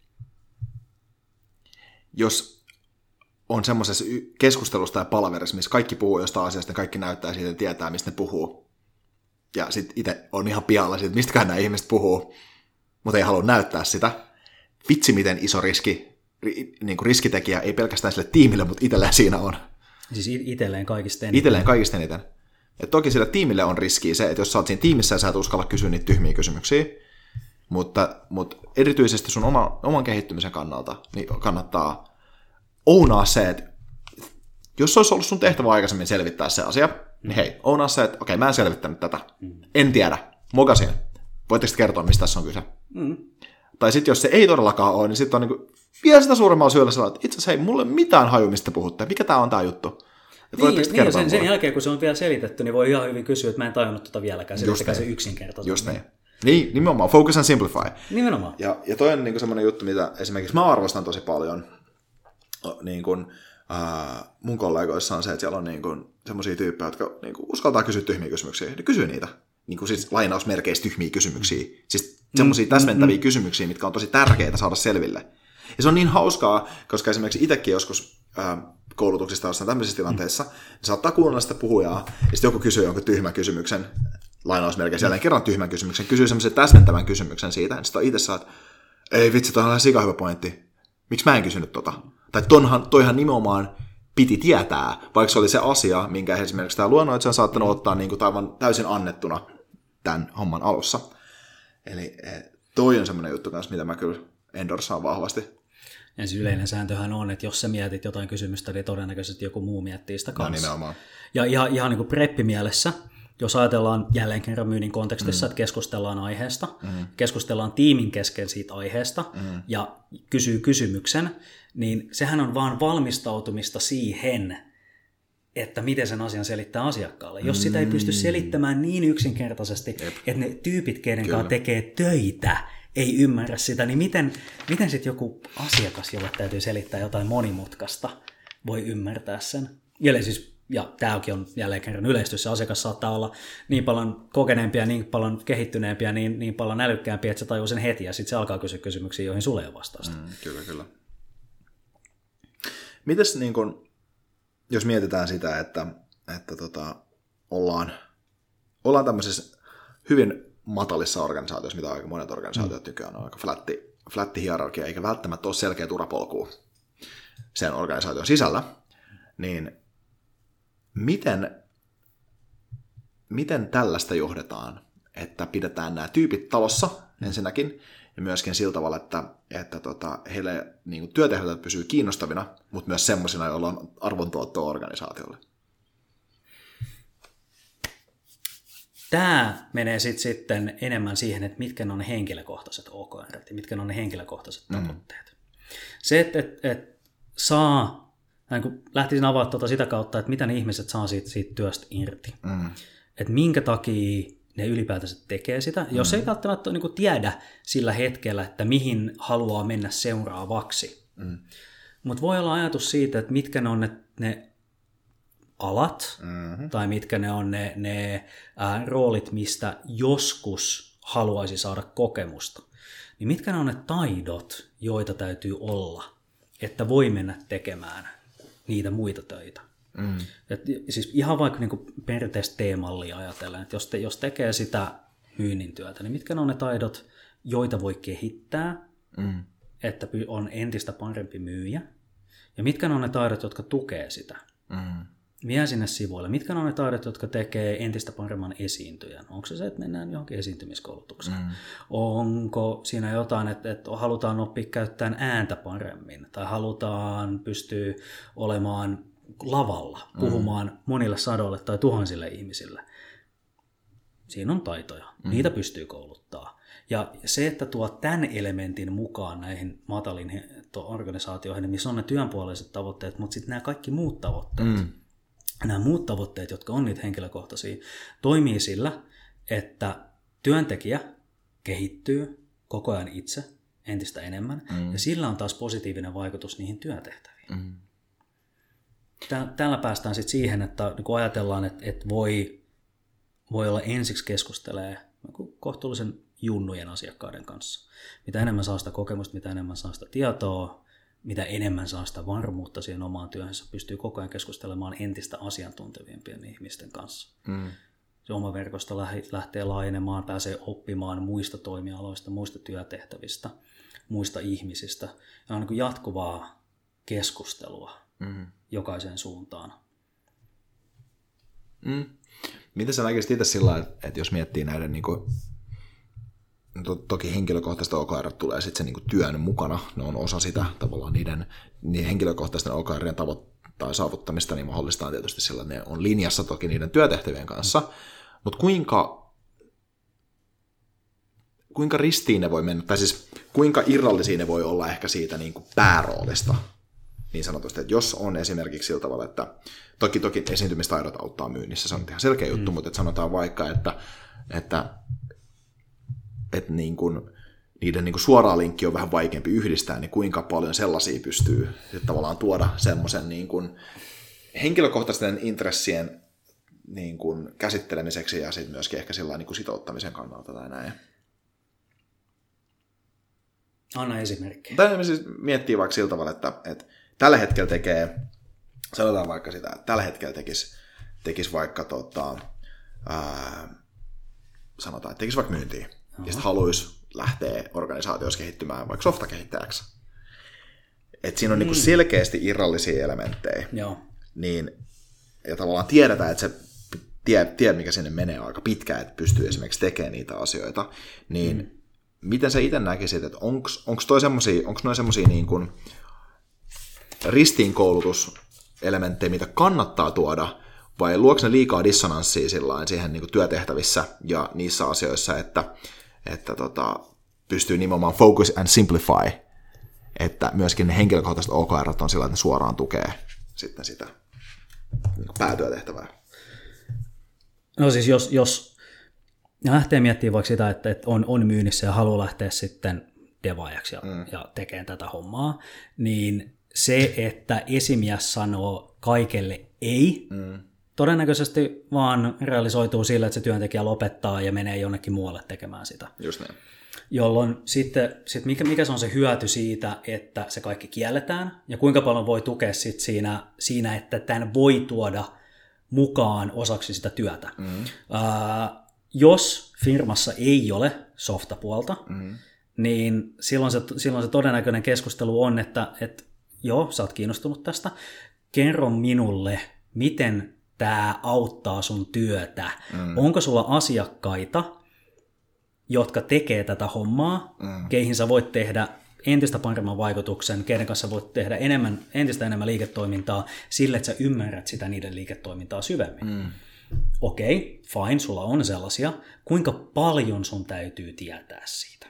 Jos on semmoisessa keskustelussa tai palaverissa, missä kaikki puhuu jostain asiasta, ja kaikki näyttää siitä, että tietää, mistä ne puhuu. Ja sitten itse on ihan pihalla siitä, mistäkään nämä ihmiset puhuu, mutta ei halua näyttää sitä. Vitsi, miten iso riskitekijä, ei pelkästään sille tiimille, mutta itselleen siinä on. Siis itselleen kaikista eniten. Itselleen kaikista eniten. Et toki sille tiimille on riskiä se, että jos sä oot siinä tiimissä ja sä et uskalla kysyä niitä tyhmiä kysymyksiä, mutta erityisesti sun oman kehittymisen kannalta niin kannattaa ounaa se, että jos olisi ollut sun tehtävä aikaisemmin selvittää se asia, niin hei, ounaa se, että okei, mä en selvittänyt tätä. En tiedä. Mokasin. Voitteko kertoa, mistä tässä on kyse? Tai sitten jos se ei todellakaan ole, niin sitten on niinku vielä sitä suuremmalla syyllä sellainen, että itse asiassa hei, mulla ei ole mitään haju, mistä puhutte. Mikä tää on tää juttu? Niin, sen jälkeen, kun se on vielä selitetty, niin voi ihan hyvin kysyä, että mä en tajunnut tota vieläkään. Selittäkää se yksinkertaisesti. Just niin. Niin, nimenomaan. Focus and simplify. Nimenomaan. Ja toi on niinku semmoinen juttu, mitä esimerkiksi mä arvostan tosi paljon niin kun, mun kollegoissa on se, että siellä on niin semmoisia tyyppejä, jotka niin kun uskaltaa kysyä tyhmiä kysymyksiä. Ne kysyy niitä. Niin kuin siis lainausmerkeissä tyhmiä kysymyksiä. Siis semmoisia täsmentäviä kysymyksiä, mitkä on tosi tärkeitä saada selville. Ja se on niin hauskaa, koska esimerkiksi itsekin joskus koulutuksista jossain tämmöisissä tilanteissa, niin saattaa kuunnella sitä puhujaa, ja sitten joku kysyy jonkun tyhmän kysymyksen, lainausmerkeissä jälleen kerran tyhmän kysymyksen, kysyy semmoisen täsmentävän kysymyksen siitä, ja sitten on itse saat, ei vitsi, toi on ihan sikahyvä pointti. Miksi mä en kysynyt tota? Tai toihan nimenomaan piti tietää, vaikka se oli se asia, minkä esimerkiksi tämä luonnoitsija on saattanut ottaa niin kuin täysin annettuna tämän homman alussa. Eli toi on semmoinen juttu kanssa, mitä mä kyllä endorsaan vahvasti. Ja siis yleinen sääntöhän on, että jos sä mietit jotain kysymystä, niin todennäköisesti joku muu miettii sitä kanssa. No nimenomaan. Ja ihan niin kuin preppimielessä, jos ajatellaan jälleen kerran myynnin kontekstissa, että keskustellaan aiheesta, keskustellaan tiimin kesken siitä aiheesta ja kysyy kysymyksen, niin sehän on vaan valmistautumista siihen, että miten sen asian selittää asiakkaalle. Jos sitä ei pysty selittämään niin yksinkertaisesti, että ne tyypit, kenen kanssa tekee töitä, ei ymmärrä sitä, niin miten sitten joku asiakas, jolle täytyy selittää jotain monimutkaista, voi ymmärtää sen? Ja tämäkin on jälleen kerran yleistys, se asiakas saattaa olla niin paljon kokeneempia, niin paljon kehittyneempiä, niin paljon älykkäämpiä, että se tajuu sen heti, ja sitten se alkaa kysyä kysymyksiä, joihin sulle ei ole vastausta. Kyllä. Mites niin kun, jos mietitään sitä, että ollaan tämmöisessä hyvin matalissa organisaatioissa, mitä aika monet organisaatiot nykyään on aika flätti hierarkia, eikä välttämättä ole selkeä urapolkua sen organisaation sisällä, niin miten tällaista johdetaan, että pidetään nämä tyypit talossa ensinnäkin, ja myöskin sillä tavalla, että heille niin kuin työtehtävät pysyy kiinnostavina, mutta myös semmoisina, joilla on arvontuottoa organisaatiolle. Tämä menee sitten enemmän siihen, että mitkä on ne henkilökohtaiset OKR ja mitkä on ne henkilökohtaiset tavoitteet. Se, että saa, niin lähtisin avaamaan sitä kautta, että mitä ne ihmiset saa siitä työstä irti. Että minkä takia ne ylipäätänsä tekee sitä, jos ei välttämättä niin kuin tiedä sillä hetkellä, että mihin haluaa mennä seuraavaksi. Mutta voi olla ajatus siitä, että mitkä ne on ne alat, tai mitkä ne on ne roolit, mistä joskus haluaisi saada kokemusta. Niin mitkä ne on ne taidot, joita täytyy olla, että voi mennä tekemään niitä muita töitä. Siis ihan vaikka niin perinteistä teemallia ajatellen, että jos tekee sitä myynnin työtä, niin mitkä ne on ne taidot, joita voi kehittää, että on entistä parempi myyjä, ja mitkä ne on ne taidot, jotka tukee sitä. Vie sinne sivuille. Mitkä on ne taidot, jotka tekee entistä paremman esiintyjän? Onko se, että mennään johonkin esiintymiskoulutukseen? Onko siinä jotain, että halutaan oppia käyttämään ääntä paremmin? Tai halutaan pystyä olemaan lavalla, puhumaan monille sadoille tai tuhansille ihmisille? Siinä on taitoja. Niitä pystyy kouluttaa. Ja se, että tuo tämän elementin mukaan näihin matalin organisaatioihin, missä on ne työnpuoleiset tavoitteet, mutta sitten nämä kaikki muut tavoitteet, nämä muut tavoitteet, jotka on niitä henkilökohtaisia, toimii sillä, että työntekijä kehittyy koko ajan itse entistä enemmän, ja sillä on taas positiivinen vaikutus niihin työtehtäviin. Tällä päästään sitten siihen, että kun ajatellaan, että voi olla ensiksi keskustelee kohtuullisen junnujen asiakkaiden kanssa. Mitä enemmän saa sitä kokemusta, mitä enemmän saa sitä tietoa, mitä enemmän saa sitä varmuutta siihen omaan työhönsä, pystyy koko ajan keskustelemaan entistä asiantuntevimpien ihmisten kanssa. Se oma verkosto lähtee laajenemaan, pääsee oppimaan muista toimialoista, muista työtehtävistä, muista ihmisistä. Ja on niin kuin jatkuvaa keskustelua jokaiseen suuntaan. Miten sä näkisit itse sillä, että jos miettii näiden, niin kuin, toki henkilökohtaista OKR tulee sitten se niin kuin työn mukana, ne on osa sitä tavallaan niiden henkilökohtaisten OKRien tai saavuttamista, niin mahdollistaa tietysti sillä, että ne on linjassa toki niiden työtehtävien kanssa, mutta kuinka ristiin ne voi mennä, tai siis kuinka irrallisia ne voi olla ehkä siitä niin kuin pääroolista, niin sanotusti, että jos on esimerkiksi sillä tavalla, että toki esiintymistaidot auttaa myynnissä, se on ihan selkeä juttu, mutta että sanotaan vaikka, että niin kuin, niiden niin kuin suoraa linkkiä on vähän vaikeampi yhdistää, niin kuinka paljon sellaisia pystyy tavallaan tuoda semmoisen niin kuin henkilökohtaisten intressien niin kuin käsittelemiseksi ja sitten myöskin ehkä sillä niin kuin sitouttamisen kannalta tai näin. Anna esimerkki. Tai siis miettii vaikka sillä tavalla, että tällä hetkellä tekee, sanotaan vaikka sitä, että tällä hetkellä tekisi vaikka sanotaan, että tekisi vaikka myyntiä. Ja sitten haluaisi lähteä organisaatiossa kehittymään vaikka softakehittäjäksi. Että siinä on niinku selkeästi irrallisia elementtejä. Niin, ja tavallaan tiedetään, että se tie, mikä sinne menee aika pitkään, että pystyy esimerkiksi tekemään niitä asioita. Niin miten sä itse näkisit, että onko noin semmosia niin kuin ristiinkoulutuselementtejä, mitä kannattaa tuoda, vai luoko ne liikaa dissonanssia siihen niin kuin työtehtävissä ja niissä asioissa, että pystyy nimenomaan focus and simplify, että myöskin ne henkilökohtaiset OKR on sillä, että ne suoraan tukee sitten sitä niin kuin päätyötehtävää. No siis jos lähtee miettimään vaikka sitä, että on myynnissä ja haluaa lähteä sitten devaajaksi ja tekemään tätä hommaa, niin se, että esimies sanoo kaikelle ei, todennäköisesti vaan realisoituu sillä, että se työntekijä lopettaa ja menee jonnekin muualle tekemään sitä. Just niin. Jolloin sitten mikä se on se hyöty siitä, että se kaikki kielletään, ja kuinka paljon voi tukea sit siinä, että tämän voi tuoda mukaan osaksi sitä työtä. Jos firmassa ei ole softapuolta, niin silloin se todennäköinen keskustelu on, että joo, sä oot kiinnostunut tästä, kerro minulle, miten tämä auttaa sun työtä. Onko sulla asiakkaita, jotka tekee tätä hommaa, keihin sä voit tehdä entistä paremman vaikutuksen, keiden kanssa voit tehdä entistä enemmän liiketoimintaa sille, että sä ymmärrät sitä niiden liiketoimintaa syvemmin. Okei, fine, sulla on sellaisia. Kuinka paljon sun täytyy tietää siitä?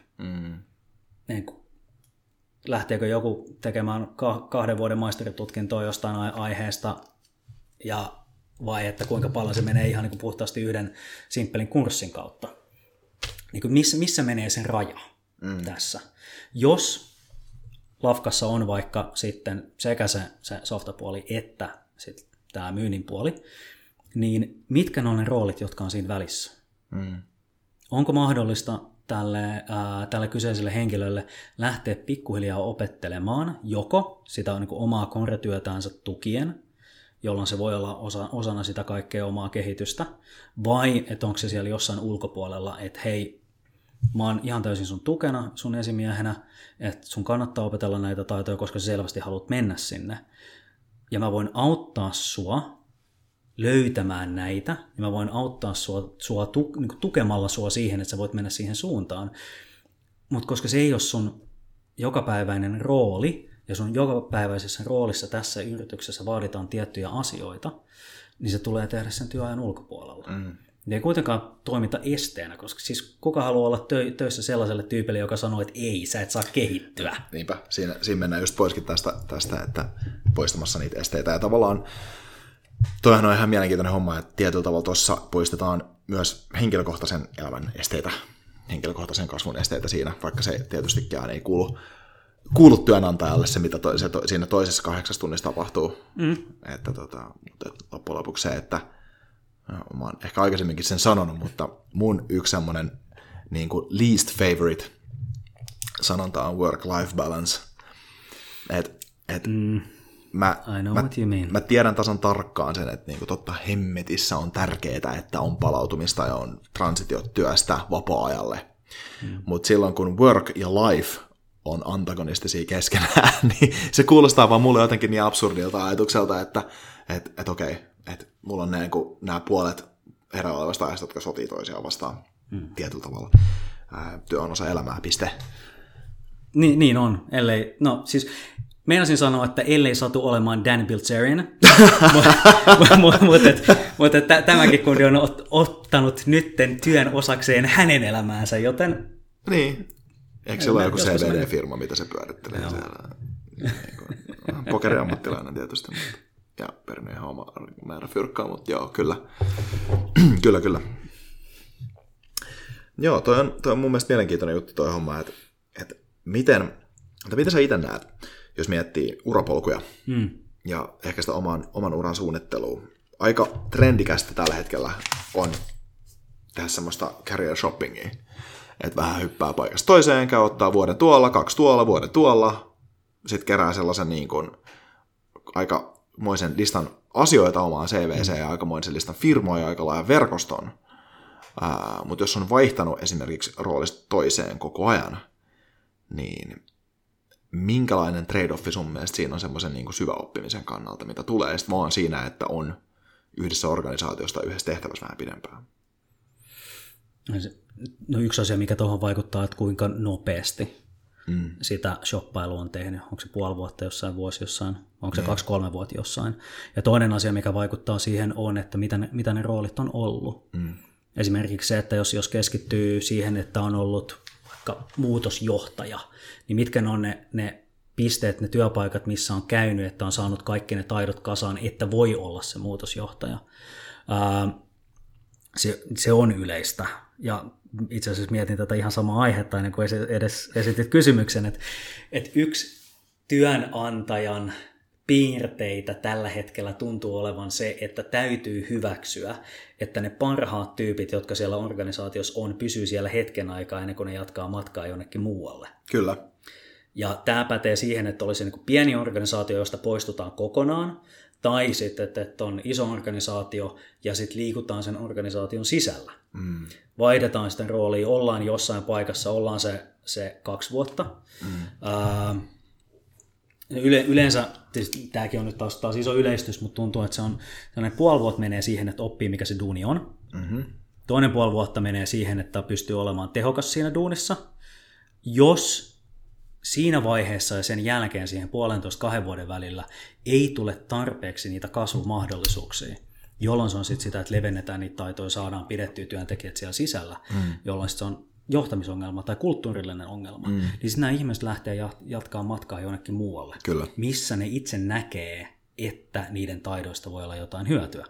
Lähteekö joku tekemään 2 vuoden maisteritutkintoa jostain aiheesta, vai että kuinka paljon se menee ihan niin kuin puhtaasti yhden simppelin kurssin kautta? Niin kuin missä menee sen raja tässä? Jos Lafkassa on vaikka sitten sekä se softapuoli että sitten tämä myynnin puoli, niin mitkä ne on ne roolit, jotka on siinä välissä? Onko mahdollista tälle kyseiselle henkilölle lähteä pikkuhiljaa opettelemaan joko sitä niin kuin omaa konretyötäänsä tukien, jolloin se voi olla osana sitä kaikkea omaa kehitystä, vai että onko se siellä jossain ulkopuolella, että hei, mä oon ihan täysin sun tukena, sun esimiehenä, että sun kannattaa opetella näitä taitoja, koska sä selvästi haluat mennä sinne, ja mä voin auttaa sua löytämään näitä, ja mä voin auttaa sua tukemalla sua siihen, että sä voit mennä siihen suuntaan. Mutta koska se ei ole sun jokapäiväinen rooli, ja sun jokapäiväisessä roolissa tässä yrityksessä vaaditaan tiettyjä asioita, niin se tulee tehdä sen työajan ulkopuolella. Ne ei kuitenkaan toimita esteenä, koska siis kuka haluaa olla töissä sellaiselle tyypille, joka sanoo, että ei, sä et saa kehittyä. Niinpä, siinä mennään just poiskin tästä, että poistamassa niitä esteitä. Ja tavallaan toihan on ihan mielenkiintoinen homma, että tietyllä tavalla tuossa poistetaan myös henkilökohtaisen elämän esteitä, henkilökohtaisen kasvun esteitä siinä, vaikka se tietystikään ei kuulu työnantajalle se, mitä siinä toisessa 8 tunnissa tapahtuu. Että loppujen lopuksi se, että mä oon ehkä aikaisemminkin sen sanonut, mutta mun yksi semmoinen niin kuin least favorite sanonta on work-life balance. Mä tiedän tasan tarkkaan sen, että niinku totta hemmetissä on tärkeää, että on palautumista ja on transitiot työstä vapaa-ajalle. Mutta silloin kun work ja life on antagonistisia keskenään, niin se kuulostaa vaan mulle jotenkin niin absurdilta ajatukselta, että okei, että mulla on nämä puolet herää olevasta ajasta, jotka sotii toisiaan vastaan tietyllä tavalla. Työ on osa elämää, piste. Niin on, ellei, no siis meinasin sanoa, että ellei satu olemaan Dan Bilzerian, mutta tämäkin kundi on ottanut nytten työn osakseen hänen elämäänsä, joten... Niin, eikö se ole joku CBD-firma, mitä se pyörittelee siellä? Pokeriammattilainen tietysti, ja Perny ihan oma määrä fyrkkaa, mutta joo, kyllä. kyllä. Joo, toi on mun mielestä mielenkiintoinen juttu toi homma, että miten sä itse näet, jos miettii urapolkuja ja ehkä sitä oman uran suunnittelua. Aika trendikästä tällä hetkellä on tehdä semmoista career shoppingia, että vähän hyppää paikasta toiseen, käy ottaa vuoden tuolla, 2 tuolla, vuoden tuolla, sitten kerää sellaisen niin kuin aikamoisen listan asioita omaan CVC ja aikamoisen listan firmoja ja aika laajan verkoston. Mutta jos on vaihtanut esimerkiksi roolista toiseen koko ajan, niin minkälainen trade-offi sun mielestä siinä on semmoisen niin kuin syväoppimisen kannalta, mitä tulee sitten vaan siinä, että on yhdessä organisaatiosta yhdessä tehtävässä vähän pidempään? No yksi asia, mikä tuohon vaikuttaa, että kuinka nopeasti sitä shoppailua on tehnyt. Onko se 5 vuotta jossain, vuosi jossain, onko se 2-3 vuotta jossain. Ja toinen asia, mikä vaikuttaa siihen on, että mitä ne roolit on ollut. Esimerkiksi se, että jos keskittyy siihen, että on ollut vaikka muutosjohtaja, niin mitkä ne on ne pisteet, ne työpaikat, missä on käynyt, että on saanut kaikki ne taidot kasaan, että voi olla se muutosjohtaja. Se on yleistä. Ja itse asiassa mietin tätä ihan samaa aihetta, ennen kuin edes esitit kysymyksen, että yksi työnantajan piirteitä tällä hetkellä tuntuu olevan se, että täytyy hyväksyä, että ne parhaat tyypit, jotka siellä organisaatiossa on, pysyy siellä hetken aikaa ennen kuin ne jatkaa matkaa jonnekin muualle. Kyllä. Ja tämä pätee siihen, että olisi niin kuin pieni organisaatio, josta poistutaan kokonaan, tai sitten, että on iso organisaatio ja sitten liikutaan sen organisaation sisällä. Vaihdetaan sitten roolia, ollaan jossain paikassa, ollaan se 2 vuotta. Yleensä, tämäkin on nyt taas iso yleistys, mutta tuntuu, että se on 0,5 vuotta menee siihen, että oppii, mikä se duuni on. Toinen puoli vuotta menee siihen, että pystyy olemaan tehokas siinä duunissa. Jos siinä vaiheessa ja sen jälkeen siihen 1,5-2 vuoden välillä ei tule tarpeeksi niitä kasvumahdollisuuksia, jolloin se on sitten sitä, että levennetään niitä taitoja, saadaan pidettyä työntekijät siellä sisällä, jolloin se on johtamisongelma tai kulttuurillinen ongelma, niin sitten nämä ihmiset lähtee jatkaa matkaa jonnekin muualle, Kyllä. missä ne itse näkee, että niiden taidoista voi olla jotain hyötyä.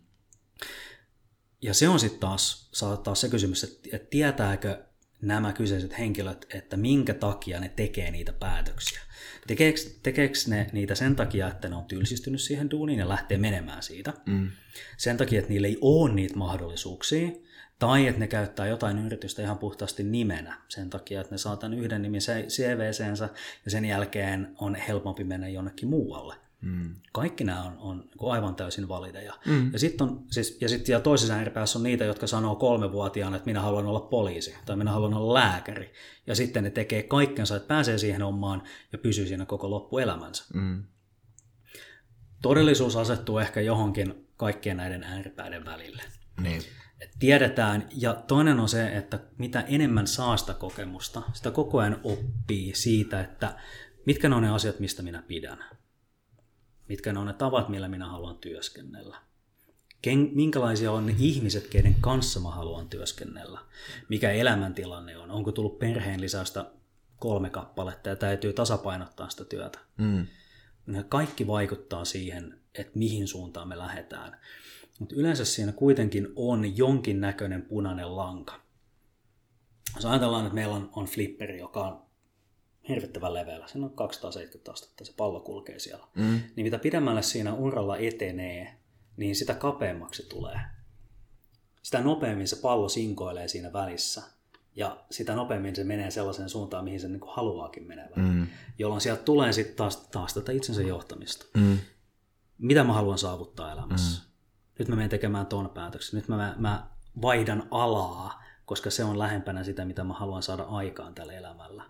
Ja se on sitten taas se kysymys, että tietääkö nämä kyseiset henkilöt, että minkä takia ne tekee niitä päätöksiä. Tekeekö ne niitä sen takia, että ne on tylsistynyt siihen duuniin ja lähtee menemään siitä? Sen takia, että niillä ei ole niitä mahdollisuuksia, tai että ne käyttää jotain yritystä ihan puhtaasti nimenä sen takia, että ne saa tämän yhden nimen CVC:nsä ja sen jälkeen on helpompi mennä jonnekin muualle. Kaikki nämä on aivan täysin valideja. Ja sitten ja toisessa ääripäässä on niitä, jotka sanoo 3-vuotiaana, että minä haluan olla poliisi tai minä haluan olla lääkäri. Ja sitten ne tekee kaikkensa, että pääsee siihen hommaan ja pysyy siinä koko loppuelämänsä. Todellisuus asettuu ehkä johonkin kaikkien näiden ääripäiden välille. Niin. Tiedetään, ja toinen on se, että mitä enemmän saa sitä kokemusta, sitä koko ajan oppii siitä, että mitkä ne on ne asiat, mistä minä pidän. Mitkä ne on ne tavat, millä minä haluan työskennellä. Minkälaisia on ne ihmiset, keiden kanssa mä haluan työskennellä. Mikä elämäntilanne on. Onko tullut perheen lisäystä 3 kappaletta ja täytyy tasapainottaa sitä työtä. Kaikki vaikuttaa siihen, että mihin suuntaan me lähdetään. Mutta yleensä siinä kuitenkin on jonkinnäköinen punainen lanka. Jos ajatellaan, että meillä on flipperi, joka on hirvittävän leveällä. Siinä on 270 astetta, se pallo kulkee siellä. Niin mitä pidemmälle siinä uralla etenee, niin sitä kapeammaksi tulee. Sitä nopeammin se pallo sinkoilee siinä välissä. Ja sitä nopeammin se menee sellaiseen suuntaan, mihin se niin kuin haluaakin menevän. Jolloin sieltä tulee sitten taas tätä itsensä johtamista. Mitä mä haluan saavuttaa elämässä? Nyt mä menen tekemään ton päätöksen. Nyt mä vaihdan alaa, koska se on lähempänä sitä, mitä mä haluan saada aikaan tällä elämällä.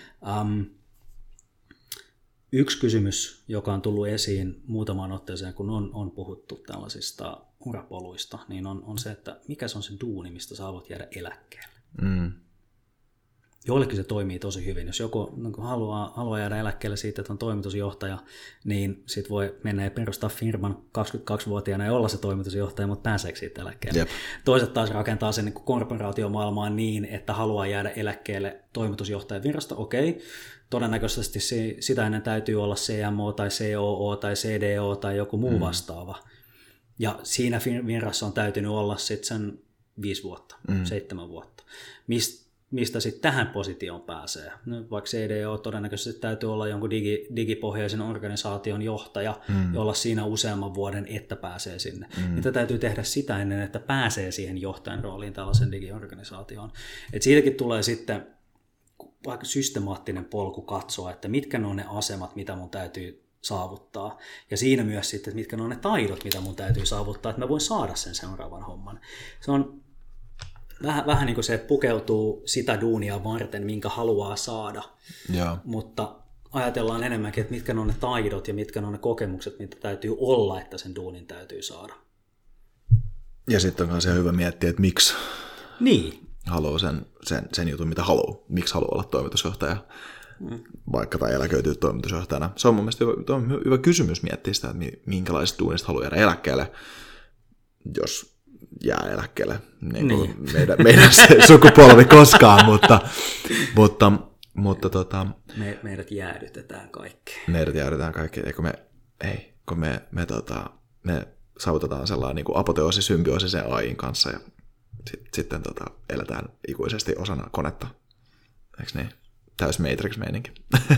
Yksi kysymys, joka on tullut esiin muutamaan otteeseen, kun on puhuttu tällaisista urapoluista, niin on se, että mikä se on se duuni, mistä sä haluat jäädä eläkkeelle. Joillekin se toimii tosi hyvin. Jos joku haluaa jäädä eläkkeelle siitä, että on toimitusjohtaja, niin sit voi mennä ja perustaa firman 22-vuotiaana ja olla se toimitusjohtaja, mutta pääseekö siitä eläkkeelle. Jep. Toiset taas rakentaa sen niin korporaatiomaailmaan niin, että haluaa jäädä eläkkeelle toimitusjohtajan virasta. Okei, todennäköisesti sitä ennen täytyy olla CMO tai COO tai CDO tai joku muu vastaava. Ja siinä virassa on täytynyt olla sitten sen 5 vuotta, 7 vuotta. Mistä sitten tähän positioon pääsee. No, vaikka CDO todennäköisesti täytyy olla jonkun digipohjaisen organisaation johtaja ja olla siinä useamman vuoden, että pääsee sinne. Niitä täytyy tehdä sitä ennen, että pääsee siihen johtajan rooliin tällaisen digiorganisaatioon. Et siitäkin tulee sitten vaikka systemaattinen polku katsoa, että mitkä ne on ne asemat, mitä mun täytyy saavuttaa. Ja siinä myös sitten, että mitkä ne on ne taidot, mitä mun täytyy saavuttaa, että mä voin saada sen seuraavan homman. Se on vähän niin kuin se, että pukeutuu sitä duunia varten, minkä haluaa saada. Mutta ajatellaan enemmänkin, että mitkä on ne taidot ja mitkä on ne kokemukset, mitä täytyy olla, että sen duunin täytyy saada. Ja sitten on myös hyvä miettiä, että miksi haluaa sen jutun, mitä haluaa. Miksi haluaa olla toimitusjohtaja, vaikka tai eläköityy toimitusjohtajana. Se on mun mielestä hyvä kysymys miettiä sitä, että minkälaisesta duunista haluaa jäädä eläkkeelle, jos jää eläkkeelle, niin kuin meidän se sukupolvi koskaan, mutta meidät jäädytetään kaikki. Meidät jäädytetään kaikki, kun me saavutetaan sellainen niin kuin apoteoosi-symbioosi sen AI:n kanssa ja sitten eletään ikuisesti osana konetta. Eikö niin? Täys Matrix-meininki.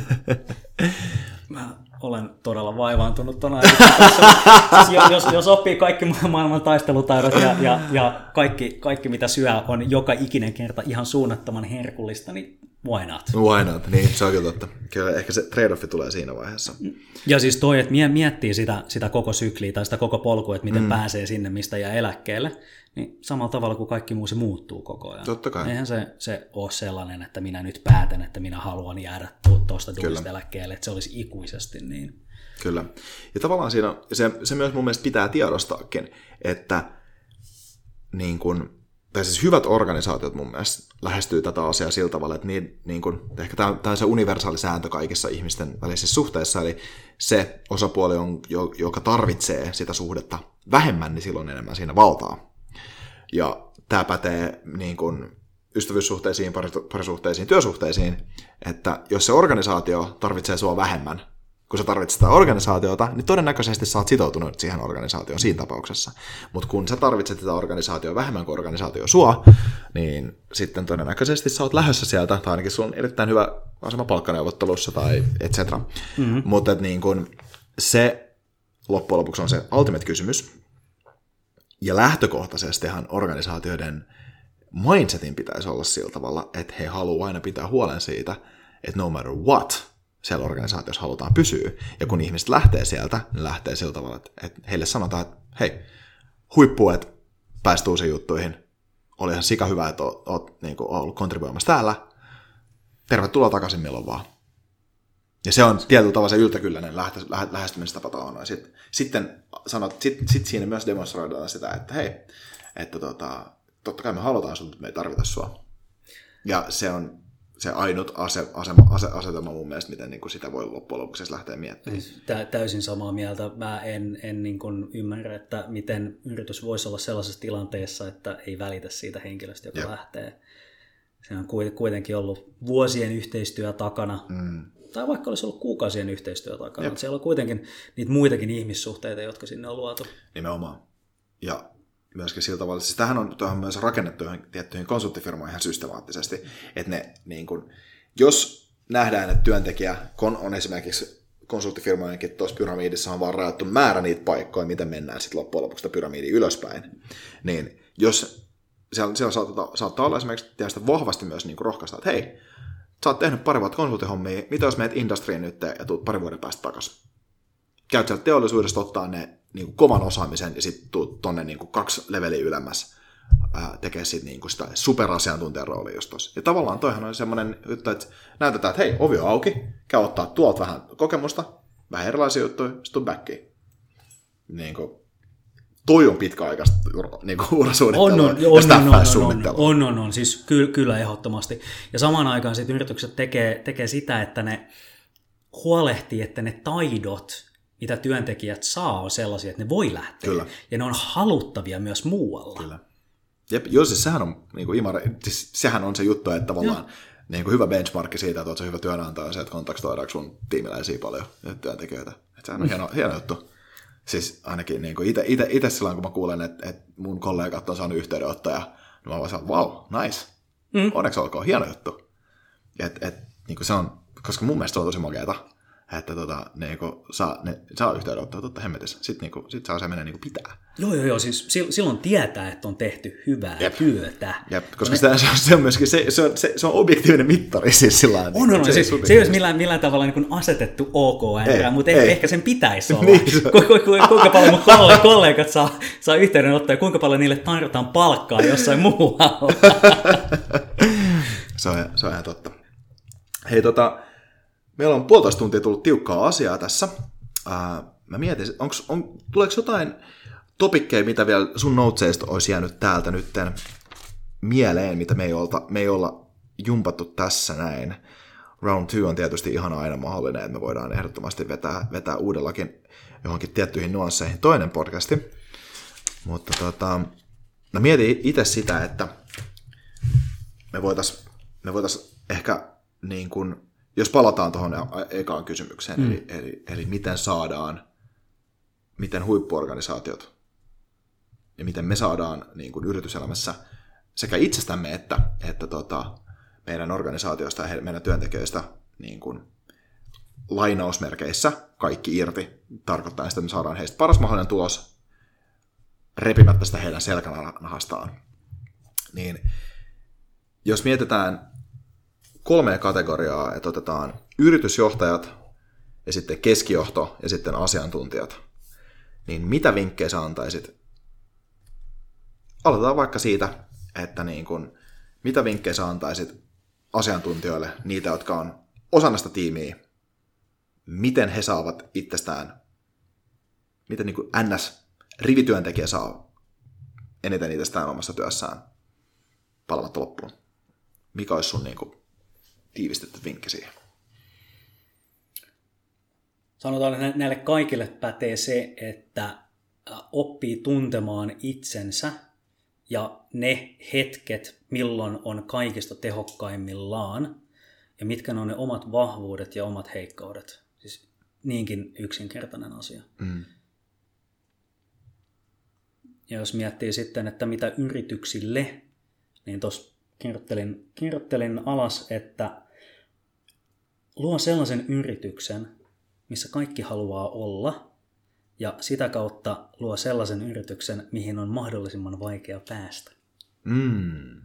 Mä olen todella vaivaantunut ton jos oppii kaikki maailman taistelutaidot ja kaikki mitä syö on joka ikinen kerta ihan suunnattoman herkullista, niin why not? Why not, niin se on kyllä totta. Kyllä ehkä se trade-offi tulee siinä vaiheessa. Ja siis toi, että miettii sitä koko sykliä tai sitä koko polkua, että miten pääsee sinne, mistä jää eläkkeelle, niin samalla tavalla kuin kaikki muu se muuttuu koko ajan. Totta kai. Eihän se ole sellainen, että minä nyt päätän, että minä haluan jäädä tuosta duunista eläkkeelle, että se olisi ikuisesti niin. Kyllä. Ja tavallaan siinä se myös mun mielestä pitää tiedostaakin, että niin kun tai siis hyvät organisaatiot mun mielestä lähestyy tätä asiaa sillä tavalla, että niin kuin, ehkä tämä on se universaali sääntö kaikissa ihmisten välisissä suhteissa, eli se osapuoli, joka tarvitsee sitä suhdetta vähemmän, niin silloin enemmän siinä valtaa. Ja tämä pätee niin kuin ystävyyssuhteisiin, parisuhteisiin, työsuhteisiin, että jos se organisaatio tarvitsee sua vähemmän, kun sä tarvitset sitä organisaatiota, niin todennäköisesti sä oot sitoutunut siihen organisaatioon siinä tapauksessa. Mutta kun sä tarvitset sitä organisaatiota vähemmän kuin organisaatio sua, niin sitten todennäköisesti sä oot lähdössä sieltä, tai ainakin sulla on erittäin hyvä asema palkkaneuvottelussa tai et cetera. Mm-hmm. Mutta niin kun se loppujen lopuksi on se ultimate kysymys. Ja lähtökohtaisestihan organisaatioiden mindsetin pitäisi olla sillä tavalla, että he haluaa aina pitää huolen siitä, että no matter what, siellä organisaatiossa halutaan pysyä. Ja kun ihmiset lähtee sieltä, ne lähtee sillä tavalla, että heille sanotaan, että hei, huippuet pääsit uusiin juttuihin, oli ihan sika hyvä, että oot niin kuin, ollut kontribuoimassa täällä, tervetuloa takaisin milloin vaan. Ja se on tietyllä tavalla se yltäkylläinen lähestymistapa tuohon. Sitten siinä myös demonstroidaan sitä, että hei, että totta kai me halutaan sinut, mutta me ei tarvita sua. Ja se on se ainut asetelma mun mielestä, miten niin kuin sitä voi loppujen lopuksi lähteä miettimään. Täysin samaa mieltä. Mä en niin kuin ymmärrä, että miten yritys voisi olla sellaisessa tilanteessa, että ei välitä siitä henkilöstä, joka lähtee. Se on kuitenkin ollut vuosien yhteistyö takana. Tai vaikka olisi ollut kuukausien yhteistyö takana. Että siellä on kuitenkin niitä muitakin ihmissuhteita, jotka sinne on luotu. Nimenomaan. Ja myöskin sillä tavalla, siis tämähän on myös rakennettu tiettyihin konsulttifirmoihin ihan systemaattisesti, että ne, niin kun, jos nähdään, että työntekijä on esimerkiksi konsulttifirmojenkin tuossa pyramiidissa on vaan rajattu määrä niitä paikkoja, miten mennään sitten loppujen lopuksi sitä pyramiidia ylöspäin, niin jos siellä saattaa olla esimerkiksi tietysti vahvasti myös niin rohkaista, että hei, sä oot tehnyt pari vuotta konsulttihommia, mitä jos menet industriin nyt ja tulet pari vuoden päästä takaisin? Käyt sieltä teollisuudesta ottaa ne niin kuin kovan osaamisen ja sitten tuut tonne niin kuin 2 leveliä ylemmäs tekee sit niin kuin sitä superasiantuntijan roolia just tossa. Ja tavallaan toihan on semmoinen juttu, että näytetään, että hei, ovi on auki, käy ottaa tuolta vähän kokemusta, vähän erilaisia juttuja, sitten backiin. Niin kuin, toi on pitkäaikaista niin urasuunnittelua ja staffäyssuunnittelua. On, siis kyllä ehdottomasti. Ja samaan aikaan sit yritykset tekee sitä, että ne huolehtii, että ne taidot, mitä työntekijät saa, on sellaisia, että ne voi lähteä. Kyllä. Ja ne on haluttavia myös muualla. Kyllä. Jep, joo, siis sehän on, niin kuin siis sehän on se juttu, että tavallaan niin kuin hyvä benchmarkki siitä, että olet se hyvä työnantaja, on se, että kontaktoidaanko sun tiimiläisiä paljon työntekijöitä. Että sehän on hieno juttu. Siis ainakin niin kuin itse silloin, kun mä kuulen, että mun kollegat on saanut yhteydenottoja, niin mä vaan sanon, wow, nice. Onneksi olkoon, hieno juttu. Niin kuin se on, koska mun mielestä se on tosi makeata, että niinku, saa yhteydenottoa totta hemmetissä. Sitten sit saa se mennä niinku pitää. Joo, siis silloin tietää, että on tehty hyvää työtä. Jep, koska se on myöskin se on objektiivinen mittari siis sillä tavalla. On, se ei ole millään tavalla niin asetettu OKR, mutta ehkä sen pitäisi olla. Niin, kuinka paljon mun kollegat saa yhteydenottoa ja kuinka paljon niille tarjotaan palkkaa jossain muualla. Se on ihan totta. Hei, meillä on 1,5 tuntia tullut tiukkaa asiaa tässä. Mä mietin, tuleeko jotain topikkeja, mitä vielä sun noteseista olisi jäänyt täältä nytten mieleen, mitä me ei olla jumpattu tässä näin. Round 2 on tietysti ihan aina mahdollinen, että me voidaan ehdottomasti vetää uudellakin johonkin tiettyihin nuansseihin toinen podcasti. Mutta mä mietin itse sitä, että me voitais ehkä niin kuin, jos palataan tuohon ekaan kysymykseen, eli miten huippuorganisaatiot ja miten me saadaan niin kuin yrityselämässä sekä itsestämme että meidän organisaatioista ja meidän työntekijöistä niin kuin lainausmerkeissä kaikki irti, tarkoittaa sitä, että me saadaan heistä paras mahdollinen tulos repimättä sitä heidän selkänahastaan. Niin jos mietitään 3 kategoriaa, että otetaan yritysjohtajat ja sitten keskijohto ja sitten asiantuntijat, niin mitä vinkkejä sä antaisit? Aloitetaan vaikka siitä, että niin kun, mitä vinkkejä sä antaisit asiantuntijoille, niitä, jotka on osana sitä tiimiä, miten he saavat itsestään, miten niin kuin NS-rivityöntekijä saa eniten itsestään omassa työssään palamatta loppuun. Mikä olisi sun tiivistetty vinkki siihen? Sanotaan, että näille kaikille pätee se, että oppii tuntemaan itsensä ja ne hetket, milloin on kaikista tehokkaimmillaan ja mitkä on ne omat vahvuudet ja omat heikkoudet. Siis niinkin yksinkertainen asia. Mm. Ja jos miettii sitten, että mitä yrityksille, niin tuossa kirjoittelin alas, että luo sellaisen yrityksen, missä kaikki haluaa olla, ja sitä kautta luo sellaisen yrityksen, mihin on mahdollisimman vaikea päästä. Mm.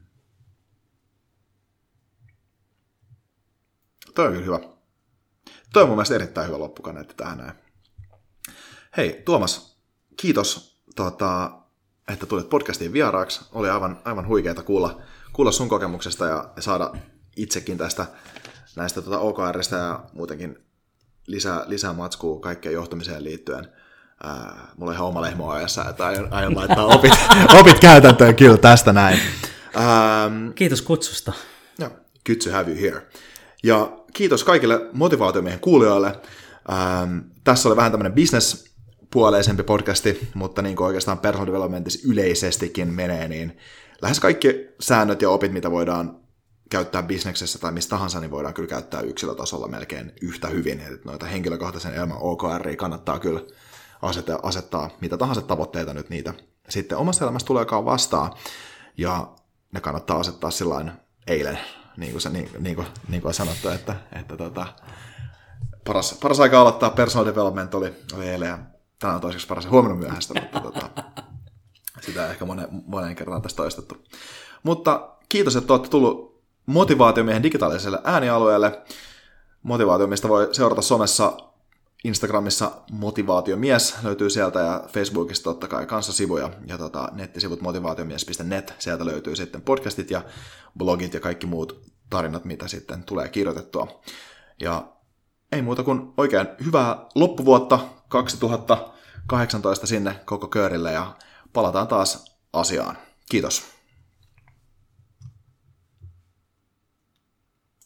Toi on kyllä hyvä. Toi on mun mielestä erittäin hyvä loppukaneetti tähän näin. Hei Tuomas, kiitos, että tulit podcastiin vieraaksi. Oli aivan huikeaa kuulla sun kokemuksesta ja saada itsekin näistä OKRista ja muutenkin lisää matskua kaikkeen johtamiseen liittyen. Mulla on ihan oma lehmo ajassa, että aion laittaa opit käytäntöön kyllä tästä näin. Kiitos kutsusta. Joo, good to have you here. Ja kiitos kaikille motivaatiomiehen kuulijoille. Tässä oli vähän tämmöinen business-puoleisempi podcasti, mutta niin kuin oikeastaan personal developmentissa yleisestikin menee, niin lähes kaikki säännöt ja opit, mitä voidaan käyttää bisneksessä tai mistä tahansa, niin voidaan kyllä käyttää yksilötasolla melkein yhtä hyvin. Eli noita henkilökohtaisen elämän OKR:ia kannattaa kyllä asettaa mitä tahansa tavoitteita nyt niitä sitten omassa elämässä tuleekaan vastaan. Ja ne kannattaa asettaa sillain eilen, niin kuin on sanottu, että paras aika aloittaa personal development oli eilen ja tänään on toiseksi paras huomenna myöhäistä, mutta sitä ehkä monen kertaan tässä toistettu. Mutta kiitos, että olette tullut Motivaatiomiehen digitaaliselle äänialueelle. Motivaatiomiestä voi seurata somessa, Instagramissa Motivaatiomies löytyy sieltä ja Facebookista totta kai kanssa sivuja ja nettisivut motivaatiomies.net, sieltä löytyy sitten podcastit ja blogit ja kaikki muut tarinat, mitä sitten tulee kirjoitettua. Ja ei muuta kuin oikein hyvää loppuvuotta 2018 sinne koko köörille ja palataan taas asiaan. Kiitos.